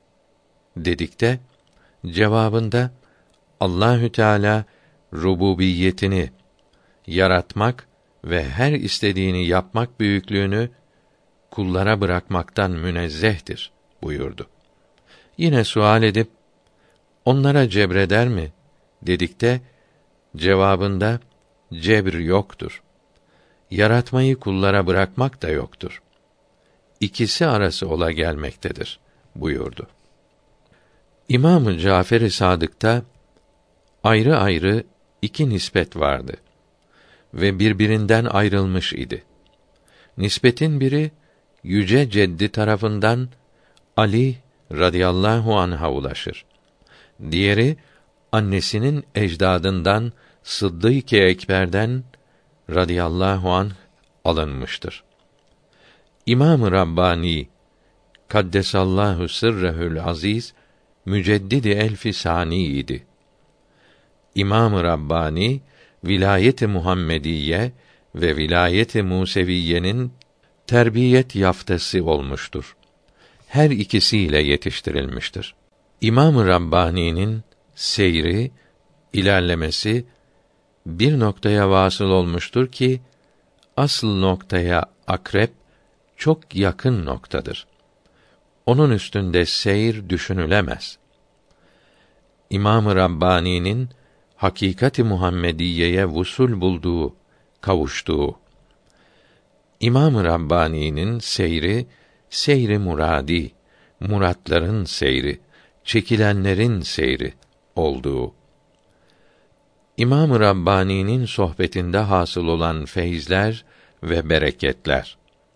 Dedikte cevabında Allahü Teala rububiyetini, yaratmak ve her istediğini yapmak büyüklüğünü kullara bırakmaktan münezzehtir buyurdu. Yine sual edip onlara cebreder mi dedikte cevabında cebr yoktur. Yaratmayı kullara bırakmak da yoktur. İkisi arası ola gelmektedir buyurdu. İmam-ı Cafer-i Sadık'ta ayrı ayrı iki nispet vardı ve birbirinden ayrılmış idi. Nispetin biri yüce ceddi tarafından Ali radıyallahu anh'a ulaşır. Diğeri annesinin ecdadından Sıddık-ı Ekber'den radıyallahu anh alınmıştır. İmam-ı Rabbani kaddesallahu sırrehül aziz müceddidi elfi sani idi. İmam-ı Rabbani vilayet-i Muhammediye ve vilayet-i Museviye'nin terbiyet yaftası olmuştur. Her ikisiyle yetiştirilmiştir. İmam-ı Rabbani'nin seyri, ilerlemesi bir noktaya vasıl olmuştur ki asıl noktaya akrep çok yakın noktadır. Onun üstünde seyir düşünülemez. İmam-ı Rabbani'nin hakikat-i Muhammediye'ye vusul bulduğu, kavuştuğu. İmam-ı Rabbani'nin seyri, seyri muradi, muratların seyri, çekilenlerin seyri olduğu. İmam-ı Rabbani'nin sohbetinde hasıl olan feyizler ve bereketler.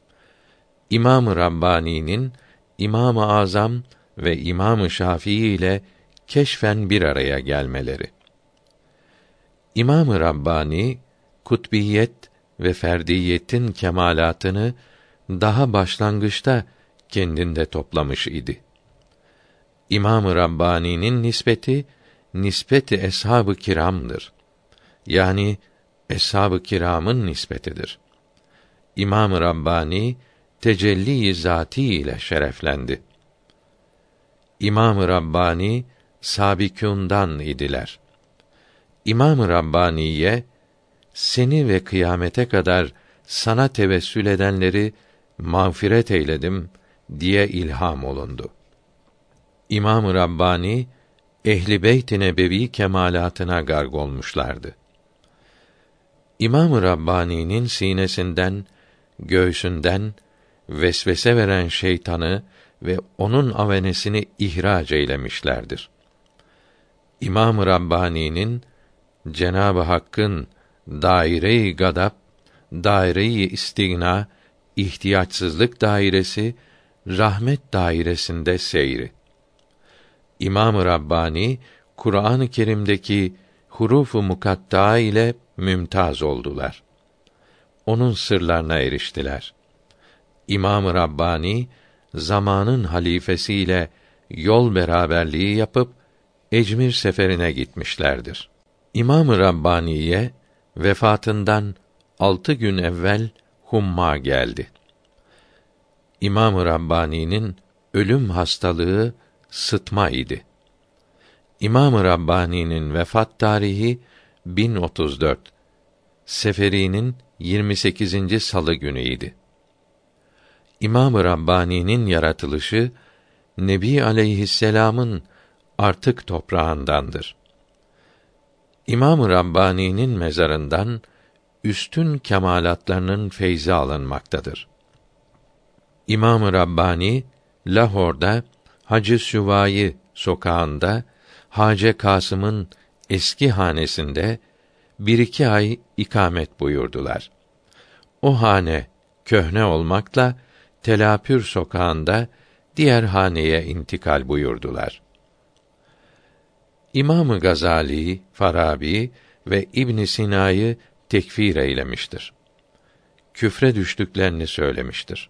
İmam-ı Rabbani'nin İmam-ı Azam ve İmam-ı Şafii ile keşfen bir araya gelmeleri. İmam-ı Rabbani kutbiyet ve ferdiyetin kemalatını daha başlangıçta kendinde toplamış idi. İmam-ı Rabbani'nin nispeti nispeti eshab-ı kiramdır. Yani eshab-ı kiramın nispetidir. İmam-ı Rabbani tecelli-i zati ile şereflendi. İmam-ı Rabbani sabikûndan idiler. İmam-ı Rabbani'ye seni ve kıyamete kadar sana tevessül edenleri mağfiret eyledim diye ilham olundu. İmam-ı Rabbani Ehl-i Beyt-i Nebevi kemalatına garg olmuşlardı. İmam-ı Rabbani'nin sinesinden, göğsünden vesvese veren şeytanı ve onun avenesini ihraç eylemişlerdir. İmam-ı Rabbani'nin Cenab-ı Hakk'ın daire-i gadab, daire-i istigna, ihtiyaçsızlık dairesi, rahmet dairesinde seyri. İmam-ı Rabbani Kur'an-ı Kerim'deki huruf-u mukatta ile mümtaz oldular. Onun sırlarına eriştiler. İmam-ı Rabbani zamanın halifesiyle yol beraberliği yapıp Ecmir seferine gitmişlerdir. İmam-ı Rabbani'ye vefatından altı gün evvel humma geldi. İmam-ı Rabbani'nin ölüm hastalığı sıtma idi. İmam-ı Rabbani'nin vefat tarihi bin otuz dört. Seferi'nin yirmi sekizinci salı günüydi. İmam-ı Rabbani'nin yaratılışı Nebi aleyhisselam'ın artık toprağındandır. İmam-ı Rabbani'nin mezarından üstün kemalatlarının feyzi alınmaktadır. İmam-ı Rabbani Lahor'da Hacı Süvayi sokağında Hacı Kasım'ın eski hanesinde bir iki ay ikamet buyurdular. O hane köhne olmakla Telapür sokağında diğer haneye intikal buyurdular. İmam-ı Gazali, Farabi ve İbn Sina'yı tekfir eylemiştir. Küfre düştüklerini söylemiştir.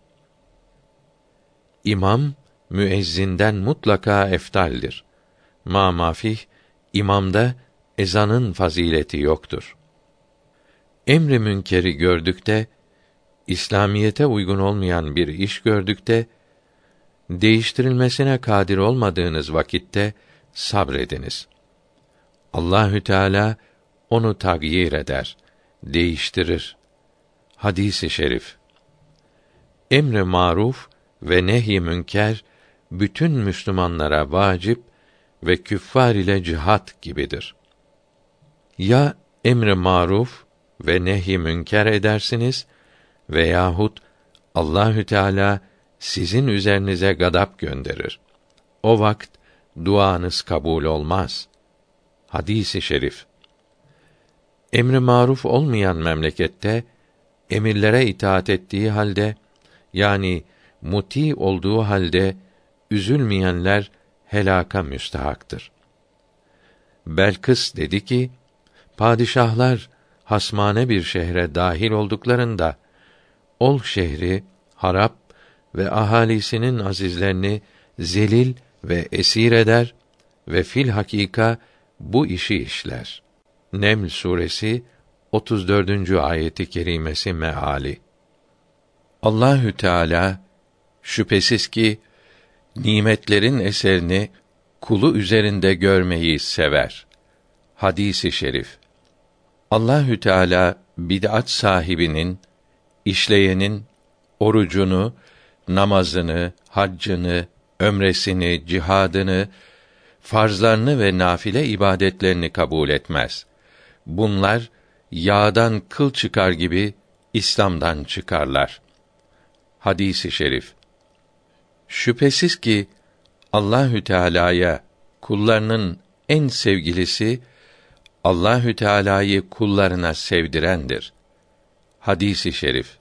İmam müezzinden mutlaka eftaldir. Ma mafih imamda ezanın fazileti yoktur. Emri münkeri gördükte, İslamiyete uygun olmayan bir iş gördükte, değiştirilmesine kadir olmadığınız vakitte sabrediniz. Allahü Teala onu tagyir eder, değiştirir. Hadis-i şerif. Emri maruf ve nehy-i münker bütün Müslümanlara vacip ve küffar ile cihat gibidir. Ya emri maruf ve nehy-i münker edersiniz veyahut Allahü Teala sizin üzerinize gadap gönderir. O vakt duanız kabul olmaz. Hadis-i şerif. Emri maruf olmayan memlekette emirlere itaat ettiği halde, yani muti olduğu halde üzülmeyenler helaka müstehaktır. Belkıs dedi ki, padişahlar hasmane bir şehre dahil olduklarında ol şehri harap ve ahalisinin azizlerini zelil ve esir eder ve fil hakika bu işi işler. Neml suresi otuz dördüncü ayeti kerimesi meali. Allahü Teala şüphesiz ki nimetlerin eserini kulu üzerinde görmeyi sever. Hadisi şerif. Allahü Teala bid'at sahibinin, işleyenin orucunu, namazını, haccını, ömresini, cihadını, farzlarını ve nafile ibadetlerini kabul etmez. Bunlar yağdan kıl çıkar gibi İslam'dan çıkarlar. Hadisi şerif. Şüphesiz ki Allahü Teala'ya kullarının en sevgilisi Allahü Teala'yı kullarına sevdirendir. Hadisi şerif.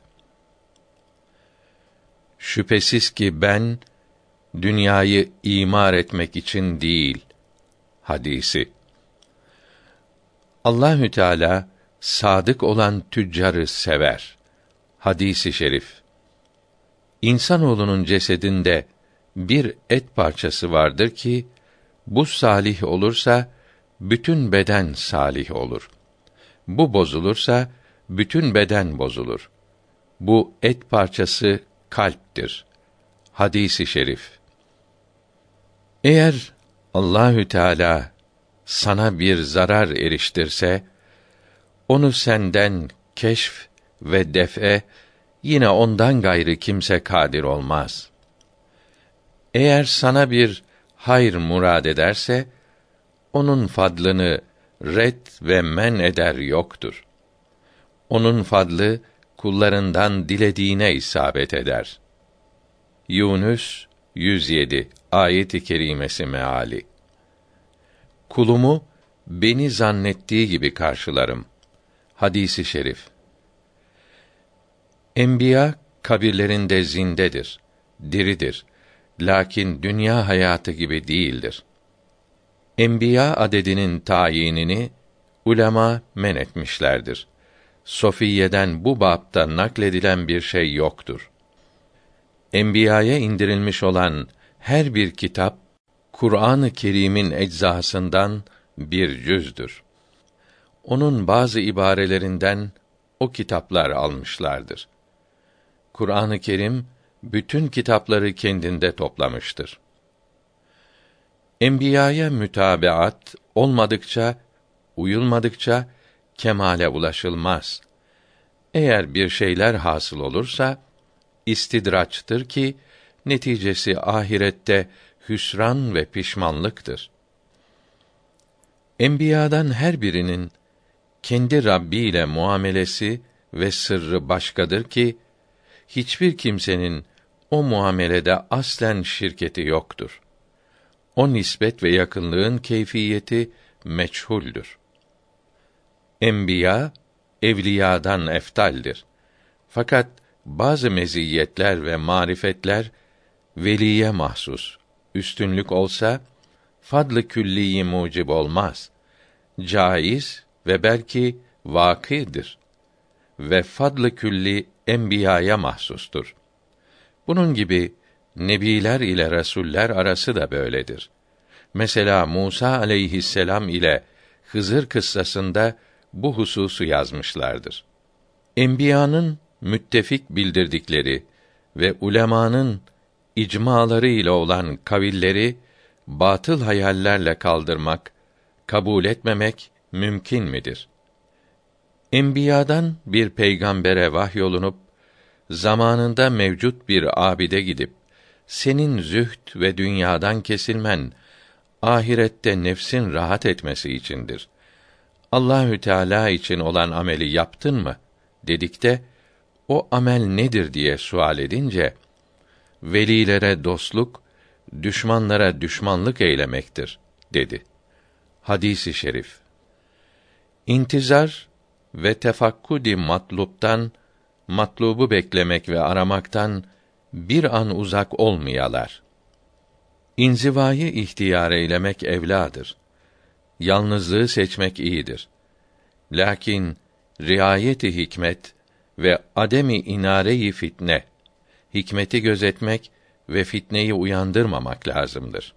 Şüphesiz ki ben dünyayı imar etmek için değil. Hadisi. Allahü Teala sadık olan tüccarı sever. Hadisi şerif. İnsanoğlunun cesedinde bir et parçası vardır ki, bu salih olursa, bütün beden salih olur. Bu bozulursa, bütün beden bozulur. Bu et parçası kalptir. Hadisi şerif. Eğer Allahü Teala sana bir zarar eriştirse, onu senden keşf ve def'e yine ondan gayrı kimse kadir olmaz. Eğer sana bir hayır murad ederse, onun fadlını red ve men eder yoktur. Onun fadlı kullarından dilediğine isabet eder. Yunus yüz yedi ayet-i kerimesi meali. Kulumu beni zannettiği gibi karşılarım. Hadisi şerif. Enbiya kabirlerinde zindedir, diridir. Lakin dünya hayatı gibi değildir. Enbiya adedinin tayinini ulema men etmişlerdir. Sofiyye'den bu bapta nakledilen bir şey yoktur. Enbiyaya indirilmiş olan her bir kitap, Kur'an-ı Kerim'in eczasından bir cüzdür. Onun bazı ibarelerinden o kitaplar almışlardır. Kur'an-ı Kerim bütün kitapları kendinde toplamıştır. Enbiyaya mütabeat olmadıkça, uyulmadıkça kemale ulaşılmaz. Eğer bir şeyler hasıl olursa istidraçtır ki neticesi ahirette hüsran ve pişmanlıktır. Enbiyadan her birinin kendi Rabbi ile muamelesi ve sırrı başkadır ki hiçbir kimsenin o muamelede aslen şirketi yoktur. O nispet ve yakınlığın keyfiyeti meçhuldür. Enbiya evliyadan eftaldir. Fakat bazı meziyetler ve marifetler veliye mahsus. Üstünlük olsa fadl-ı külliyi mucib olmaz. Caiz ve belki vâkıdır. Ve fadl-ı külli enbiyaya mahsustur. Bunun gibi nebiler ile resuller arası da böyledir. Mesela Musa aleyhisselam ile Hızır kıssasında bu hususu yazmışlardır. Enbiyanın müttefik bildirdikleri ve ulemanın icmaları ile olan kavilleri batıl hayallerle kaldırmak, kabul etmemek mümkün midir? Enbiyadan bir peygambere vahyolunup zamanında mevcut bir abide gidip senin zühd ve dünyadan kesilmen ahirette nefsin rahat etmesi içindir. Allahü Teala için olan ameli yaptın mı dedikte o amel nedir diye sual edince velilere dostluk, düşmanlara düşmanlık eylemektir dedi. Hadisi şerif. İntizar ve tefakkudi matluptan, matlubu beklemek ve aramaktan bir an uzak olmayalar. İnzivayı ihtiyar eylemek evladır. Yalnızlığı seçmek iyidir. Lakin riayeti hikmet ve ademi inare-i fitne, hikmeti gözetmek ve fitneyi uyandırmamak lazımdır.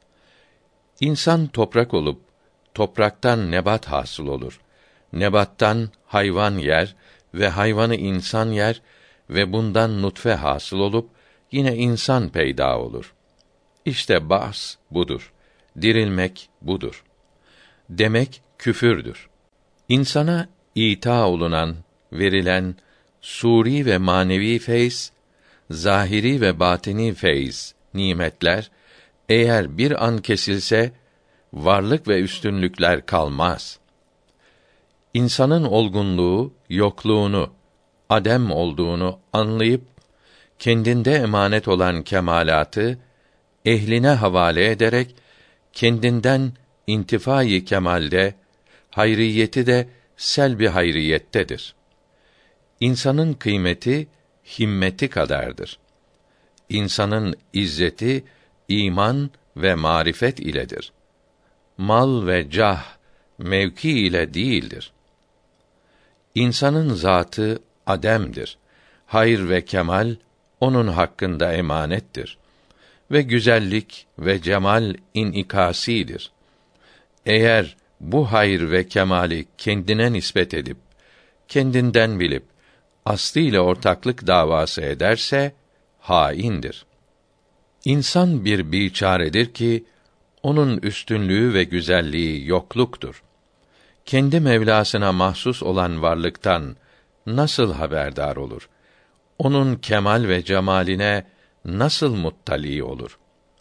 İnsan toprak olup topraktan nebat hasıl olur. Nebattan hayvan yer ve hayvanı insan yer ve bundan nutfe hasıl olup yine insan peyda olur. İşte ba's budur. Dirilmek budur. Demek küfürdür. İnsana ita olunan, verilen suri ve manevi feyz, zahiri ve batini feyz, nimetler eğer bir an kesilse varlık ve üstünlükler kalmaz. İnsanın olgunluğu, yokluğunu, adem olduğunu anlayıp kendinde emanet olan kemalatı ehline havale ederek kendinden intifai kemalde, hayriyeti de selbi hayriyettedir. İnsanın kıymeti himmeti kadardır. İnsanın izzeti iman ve marifet iledir. Mal ve cah mevki ile değildir. İnsanın zatı ademdir. Hayır ve kemal onun hakkında emanettir ve güzellik ve cemal inikâsidir. Eğer bu hayır ve kemali kendine nispet edip, kendinden bilip, aslı ile ortaklık davası ederse, haindir. İnsan bir biçaredir ki, onun üstünlüğü ve güzelliği yokluktur. Kendi Mevlasına mahsus olan varlıktan nasıl haberdar olur? Onun kemal ve cemaline nasıl muttali olur?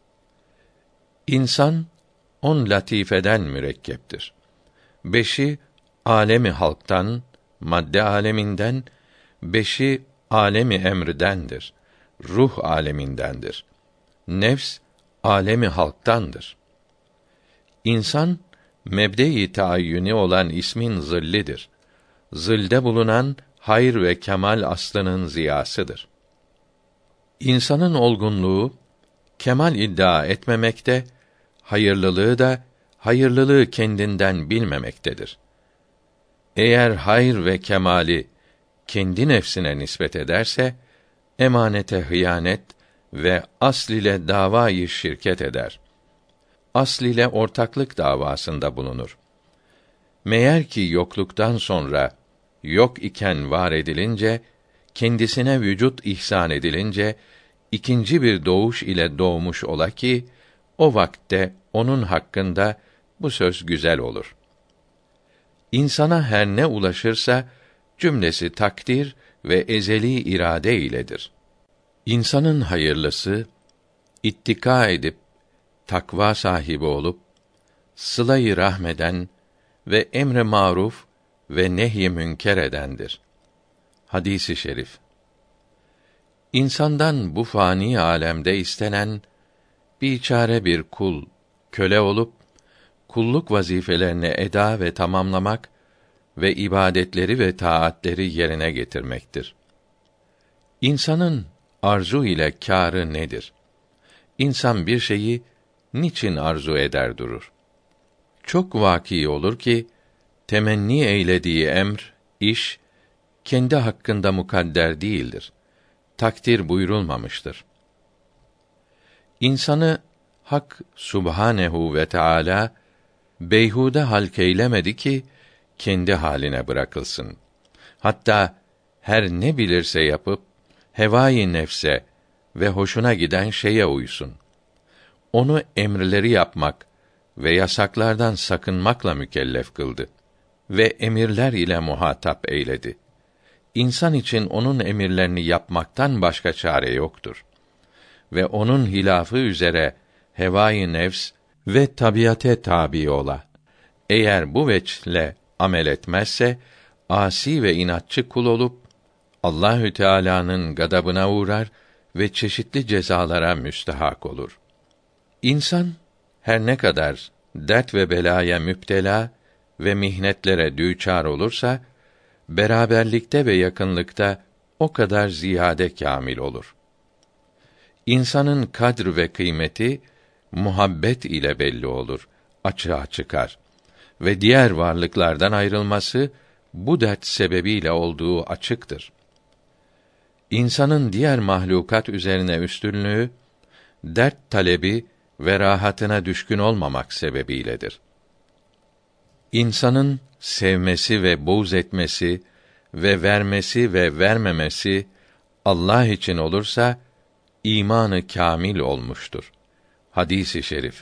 İnsan on latifeden mürekkeptir. Beşi alemi halktan, madde aleminden, beşi alemi emrdendir, ruh alemindendir. Nefs alemi halktandır. İnsan mebde-i taayyüni olan ismin zillidir. Zilde bulunan hayır ve kemal aslının ziyasıdır. İnsanın olgunluğu kemal iddia etmemekte, hayırlılığı da hayırlılığı kendinden bilmemektedir. Eğer hayır ve kemali kendi nefsine nispet ederse, emanete hıyanet ve asl ile davayı şirket eder. Asl ile ortaklık davasında bulunur. Meğer ki yokluktan sonra yok iken var edilince, kendisine vücut ihsan edilince, ikinci bir doğuş ile doğmuş ola ki, o vakte onun hakkında bu söz güzel olur. İnsana her ne ulaşırsa, cümlesi takdir ve ezeli irade iledir. İnsanın hayırlısı, ittika edip, takva sahibi olup, sıla-i rahmeden ve emre maruf ve nehy-i münker edendir. Hadisi şerif. İnsandan bu fani alemde istenen, biçare bir kul, köle olup, kulluk vazifelerini eda ve tamamlamak ve ibadetleri ve taatleri yerine getirmektir. İnsanın arzu ile kârı nedir? İnsan bir şeyi niçin arzu eder durur? Çok vâkî olur ki, temenni eylediği emr, iş, kendi hakkında mukadder değildir. Takdir buyurulmamıştır. İnsanı Hak Subhanehu ve Teâlâ, beyhude halk eylemedi ki, kendi haline bırakılsın. Hatta her ne bilirse yapıp, hevâ-i nefse ve hoşuna giden şeye uysun. Onu emirleri yapmak ve yasaklardan sakınmakla mükellef kıldı ve emirler ile muhatap eyledi. İnsan için onun emirlerini yapmaktan başka çare yoktur. Ve onun hilafı üzere hevâ-i nefs ve tabiate tabi ola. Eğer bu veçle amel etmezse, asi ve inatçı kul olup, Allahü Teâlâ'nın gadabına uğrar ve çeşitli cezalara müstehak olur. İnsan her ne kadar dert ve belaya müptela ve mihnetlere düçar olursa, beraberlikte ve yakınlıkta o kadar ziyade kâmil olur. İnsanın kadr ve kıymeti muhabbet ile belli olur, açığa çıkar ve diğer varlıklardan ayrılması bu dert sebebiyle olduğu açıktır. İnsanın diğer mahlukat üzerine üstünlüğü, dert talebi ve rahatına düşkün olmamak sebebiyledir. İnsanın sevmesi ve buğz etmesi ve vermesi ve vermemesi Allah için olursa, imanı kâmil olmuştur. Hadisi şerif.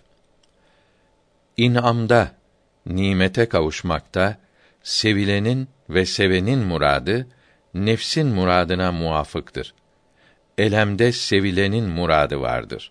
İn'amda, nimete kavuşmakta, sevilenin ve sevenin muradı, nefsin muradına muvafıktır. Elemde sevilenin muradı vardır.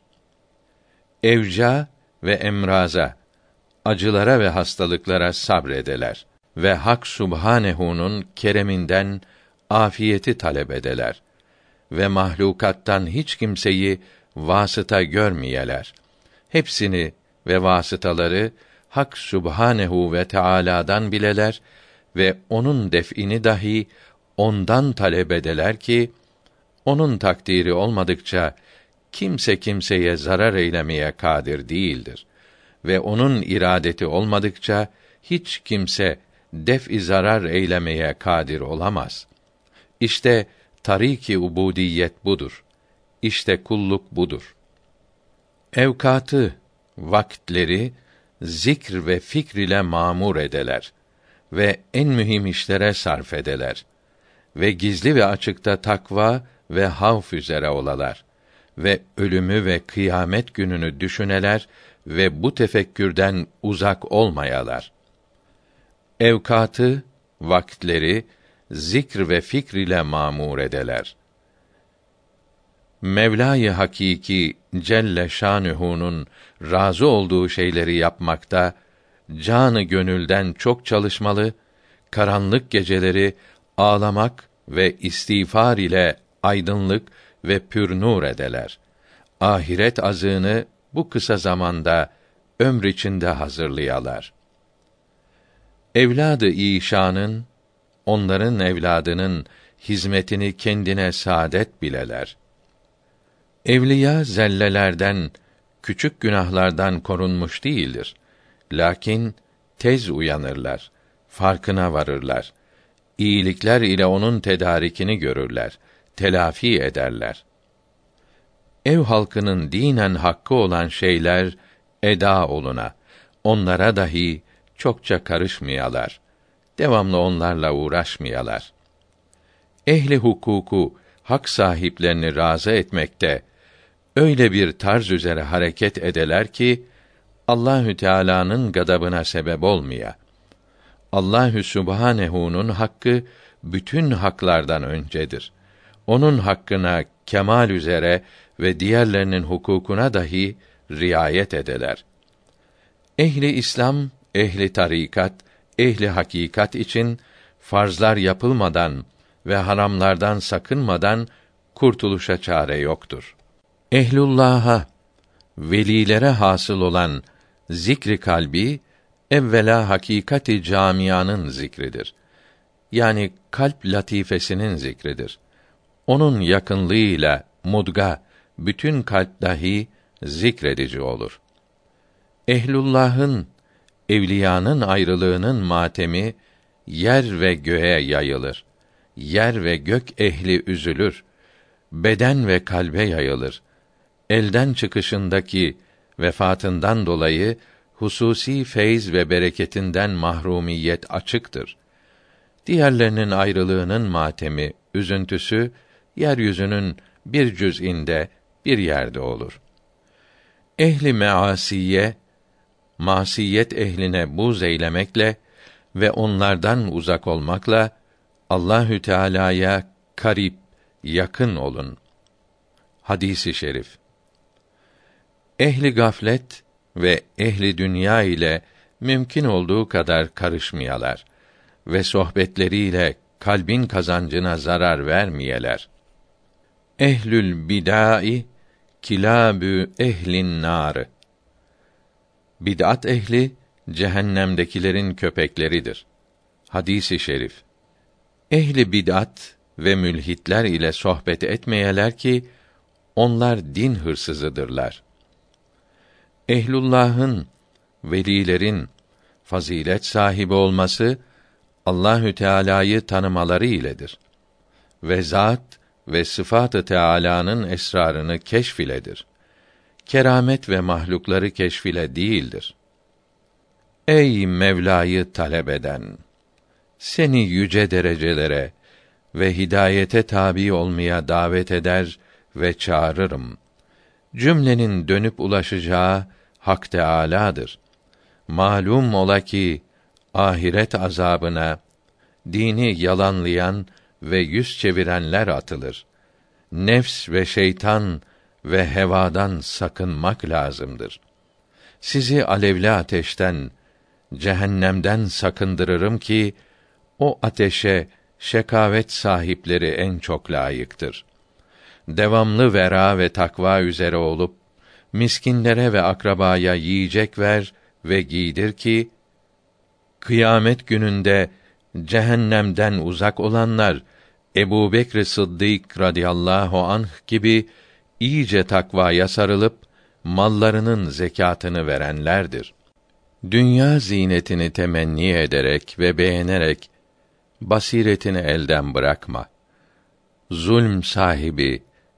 Evca ve emraza, acılara ve hastalıklara sabredeler ve Hak Subhanehu'nun kereminden afiyeti talep edeler ve mahlukattan hiç kimseyi vasıta görmeyeler. Hepsini ve vasıtaları Hak Subhanehu ve Teâlâ'dan bileler ve onun def'ini dahi ondan talep edeler ki, onun takdiri olmadıkça kimse kimseye zarar eylemeye kadir değildir ve onun iradeti olmadıkça hiç kimse def-i zarar eylemeye kadir olamaz. İşte tarik-i ubudiyet budur. İşte kulluk budur. Evkatı, vakitleri zikr ve fikr ile mamur edeler ve en mühim işlere sarf edeler ve gizli ve açıkta takva ve havf üzere olalar ve ölümü ve kıyamet gününü düşüneler ve bu tefekkürden uzak olmayalar. Evkatı, vakitleri zikr ve fikr ile mamur edeler. Mevla-i Hakiki Celle Şanuhu'nun razı olduğu şeyleri yapmakta canı gönülden çok çalışmalı, karanlık geceleri ağlamak ve istiğfar ile aydınlık ve pürnur edeler. Ahiret azığını bu kısa zamanda ömr içinde hazırlayalar. Evladı İşan'ın, onların evladının hizmetini kendine saadet bileler. Evliya zellelerden, küçük günahlardan korunmuş değildir. Lakin tez uyanırlar, farkına varırlar. İyilikler ile onun tedarikini görürler, telafi ederler. Ev halkının dinen hakkı olan şeyler eda oluna, onlara dahi çokça karışmayalar. Devamlı onlarla uğraşmayalar. Ehli hukuku, hak sahiplerini razı etmekte öyle bir tarz üzere hareket edeler ki Allahü Teala'nın gadabına sebep olmaya. Allahü Sübhanehu'nun hakkı bütün haklardan öncedir. Onun hakkına kemal üzere ve diğerlerinin hukukuna dahi riayet edeler. Ehli İslam, ehli tarikat, ehli hakikat için farzlar yapılmadan ve haramlardan sakınmadan kurtuluşa çare yoktur. Ehlullah'a, velilere hasıl olan zikri kalbi evvela hakikati camianın zikridir. Yani kalp latifesinin zikridir. Onun yakınlığıyla mudga, bütün kalp dahi zikredici olur. Ehlullah'ın, evliyanın ayrılığının matemi yer ve göğe yayılır. Yer ve gök ehli üzülür. Beden ve kalbe yayılır. Elden çıkışındaki vefatından dolayı hususi feyz ve bereketinden mahrumiyet açıktır. Diğerlerinin ayrılığının matemi, üzüntüsü yeryüzünün bir cüz'inde bir yerde olur. Ehli measiye, masiyet ehline buz eylemekle ve onlardan uzak olmakla Allahü Teala'ya karip, yakın olun. Hadisi şerif. Ehli gaflet ve ehli dünya ile mümkün olduğu kadar karışmayalar ve sohbetleriyle kalbin kazancına zarar vermeyeler. Ehlül bidâi kilâbü ehlin nâr. Bid'at ehli cehennemdekilerin köpekleridir. Hadisi şerif. Ehli bid'at ve mülhitler ile sohbet etmeyeler ki onlar din hırsızıdırlar. Ehlullah'ın, velilerin fazilet sahibi olması Allahü Teala'yı tanımaları iledir. Ve zat ve sıfat-ı Teala'nın esrarını keşfiledir. Keramet ve mahlukları keşfile değildir. Ey Mevla'yı talep eden, seni yüce derecelere ve hidayete tabi olmaya davet eder ve çağırırım. Cümlenin dönüp ulaşacağı Hak Teâlâ'dır. Malum ola ki ahiret azabına dini yalanlayan ve yüz çevirenler atılır. Nefs ve şeytan ve hevadan sakınmak lazımdır. Sizi alevli ateşten, cehennemden sakındırırım ki o ateşe şekavet sahipleri en çok layıktır. Devamlı vera ve takva üzere olup miskinlere ve akrabaya yiyecek ver ve giydir ki kıyamet gününde cehennemden uzak olanlar Ebubekr Sıddık radıyallahu anh gibi iyice takvaya sarılıp mallarının zekatını verenlerdir. Dünya zinetini temenni ederek ve beğenerek basiretini elden bırakma. Zulm sahibi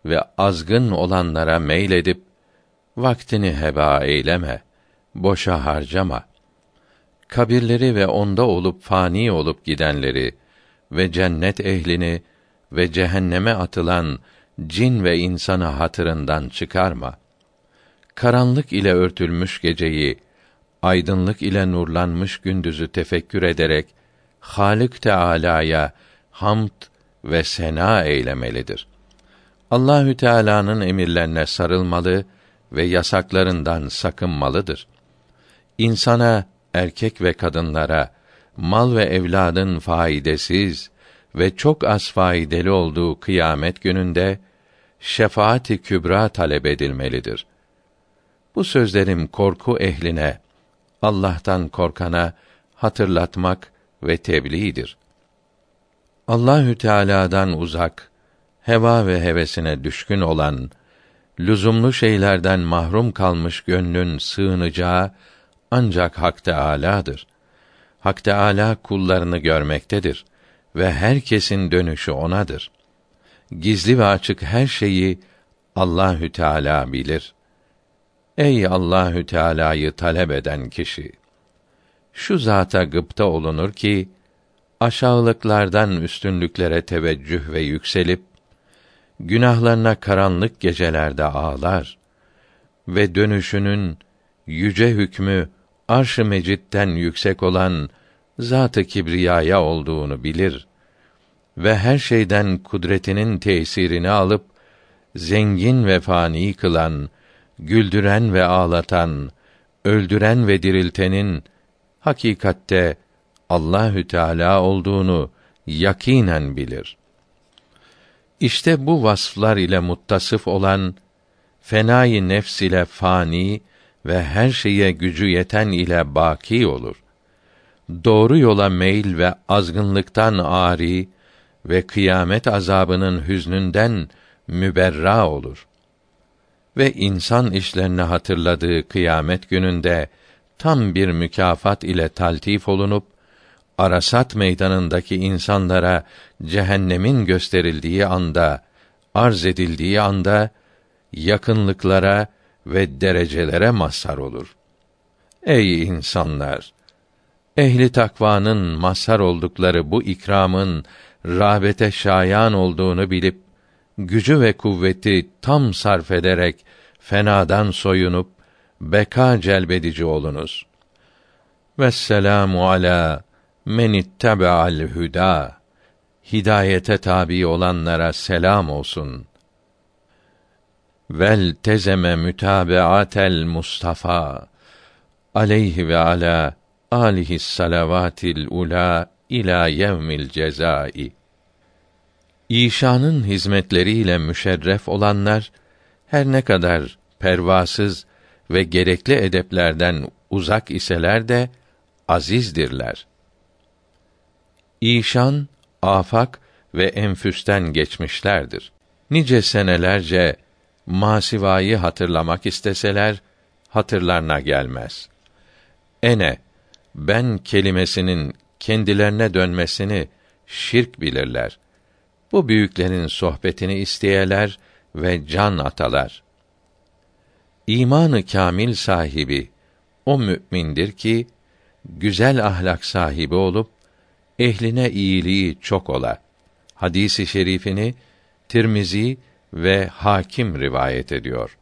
ve azgın olanlara meyledip vaktini heba eyleme, boşa harcama. Kabirleri ve onda olup fani olup gidenleri ve cennet ehlini ve cehenneme atılan cin ve insanı hatırından çıkarma. Karanlık ile örtülmüş geceyi, aydınlık ile nurlanmış gündüzü tefekkür ederek Hâlik Teâlâ'ya hamd ve sena eylemelidir. Allahü Teâlâ'nın emirlerine sarılmalı ve yasaklarından sakınmalıdır. İnsana, erkek ve kadınlara, mal ve evladın faydasız ve çok az faydalı olduğu kıyamet gününde şefaat-i kübra talep edilmelidir. Bu sözlerim korku ehline, Allah'tan korkana hatırlatmak ve tebliğdir. Allahü Teâlâ'dan uzak, heva ve hevesine düşkün olan, lüzumlu şeylerden mahrum kalmış gönlün sığınacağı ancak Hak Teâlâ'dır. Hak Teâlâ kullarını görmektedir ve herkesin dönüşü onadır. Gizli ve açık her şeyi Allahü Teâlâ bilir. Ey Allahü Teâlâ'yı talep eden kişi! Şu zata gıpta olunur ki, aşağılıklardan üstünlüklere teveccüh ve yükselip, günahlarına karanlık gecelerde ağlar ve dönüşünün yüce hükmü arş-ı mecitten yüksek olan Zat-ı Kibriyaya olduğunu bilir ve her şeyden kudretinin tesirini alıp zengin ve fani kılan, güldüren ve ağlatan, öldüren ve diriltenin hakikatte Allahü Teâlâ olduğunu yakînen bilir. İşte bu vasflar ile muttasıf olan, fenâ-i nefs ile fani ve her şeye gücü yeten ile bâkî olur. Doğru yola meyil ve azgınlıktan âri ve kıyamet azabının hüznünden müberra olur. Ve insan işlerini hatırladığı kıyamet gününde tam bir mükafat ile taltif olunup, Arasat meydanındaki insanlara cehennemin gösterildiği anda, arz edildiği anda, yakınlıklara ve derecelere mazhar olur. Ey insanlar! Ehli takvanın mazhar oldukları bu ikramın rağbete şayan olduğunu bilip, gücü ve kuvveti tam sarf ederek fenadan soyunup beka celbedici olunuz. Vesselamu alâ men ittebe'al hudâ. Hidayete tabi olanlara selam olsun. Vel tezeme mütabeatel Mustafa aleyhi ve ala alihi salavatil ula ila yevmil cezai. İşanın hizmetleriyle müşerref olanlar her ne kadar pervasız ve gerekli edeplerden uzak iseler de azizdirler. İşan, afak ve enfüsten geçmişlerdir. Nice senelerce masivayı hatırlamak isteseler hatırlarına gelmez. Ene, ben kelimesinin kendilerine dönmesini şirk bilirler. Bu büyüklerin sohbetini isteyeler ve can atalar. İmanı kâmil sahibi o mü'mindir ki güzel ahlak sahibi olup ehline iyiliği çok ola. Hadisi şerifini Tirmizi ve Hakim rivayet ediyor.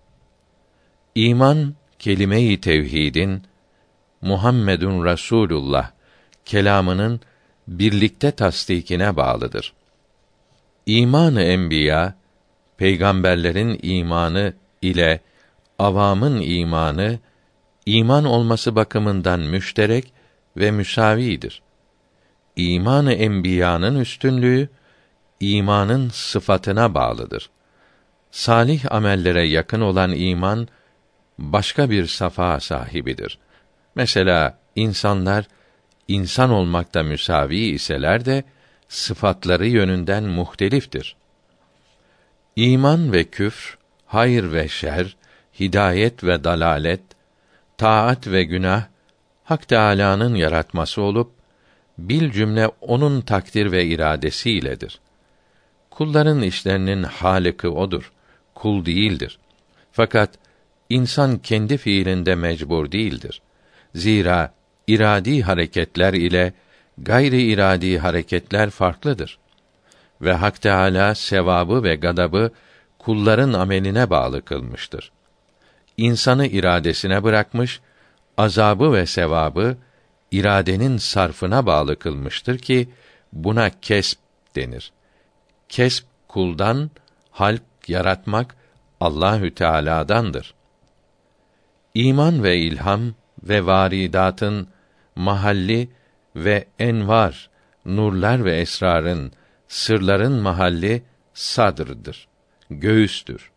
İman kelime-i tevhidin Muhammedun Rasulullah kelamının birlikte tasdikine bağlıdır. İman-ı enbiya, peygamberlerin imanı ile avamın imanı, iman olması bakımından müşterek ve müsavidir. İman-ı enbiyanın üstünlüğü, imanın sıfatına bağlıdır. Salih amellere yakın olan iman, başka bir safa sahibidir. Mesela insanlar, insan olmakta müsavi iseler de, sıfatları yönünden muhteliftir. İman ve küfr, hayır ve şer, hidayet ve dalalet, taat ve günah, Hak Teâlâ'nın yaratması olup, bil cümle onun takdir ve iradesiyledir. Kulların işlerinin hâlikı odur. Kul değildir. Fakat insan kendi fiilinde mecbur değildir. Zira iradi hareketler ile gayri iradi hareketler farklıdır. Ve Hak Teâlâ sevabı ve gadabı kulların ameline bağlı kılmıştır. İnsanı iradesine bırakmış, azabı ve sevabı iradenin sarfına bağlı kılmıştır ki buna kesb denir. Kesb kuldan, halk yaratmak Allahü Teâlâ'dandır. İman ve ilham ve varidatın mahalli ve envar, nurlar ve esrarın, sırların mahalli sadr'dır, göğüstür.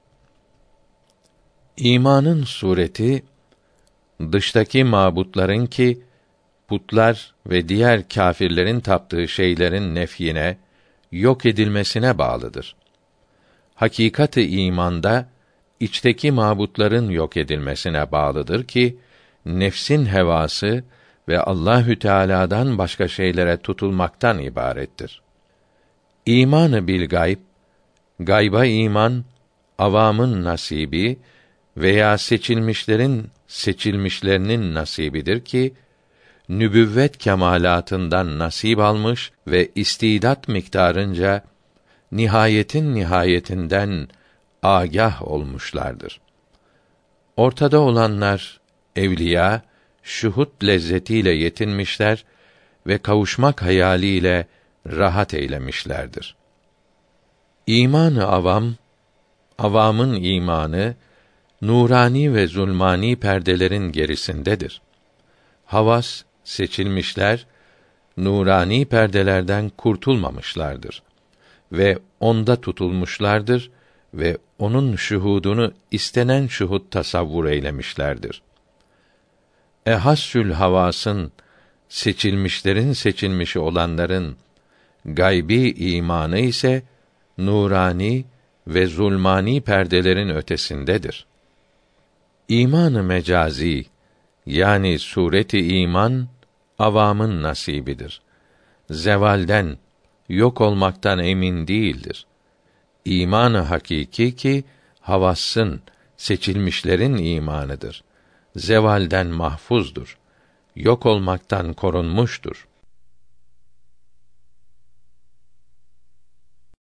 İmanın sureti dıştaki mabutların ki putlar ve diğer kâfirlerin taptığı şeylerin nefyine, yok edilmesine bağlıdır. Hakikat-ı imanda içteki mabutların yok edilmesine bağlıdır ki nefsin hevası ve Allahü Teala'dan başka şeylere tutulmaktan ibarettir. İmanı bil gayb, gayba iman, avamın nasibi veya seçilmişlerin seçilmişlerinin nasibidir ki nübüvvet kemalatından nasip almış ve istidat miktarınca nihayetin nihayetinden âgâh olmuşlardır. Ortada olanlar evliya, şuhud lezzetiyle yetinmişler ve kavuşmak hayaliyle rahat eylemişlerdir. İman-ı avam, avamın imanı nurani ve zulmani perdelerin gerisindedir. Havas, seçilmişler, nurani perdelerden kurtulmamışlardır ve onda tutulmuşlardır ve onun şuhudunu istenen şuhud tasavvur eylemişlerdir. Ehassül havasın, seçilmişlerin seçilmişi olanların gaybi imanı ise nurani ve zulmani perdelerin ötesindedir. İman-ı mecazi yani sureti iman avamın nasibidir. Zevalden, yok olmaktan emin değildir. İman-ı hakiki ki havassın, seçilmişlerin imanıdır. Zevalden mahfuzdur. Yok olmaktan korunmuştur.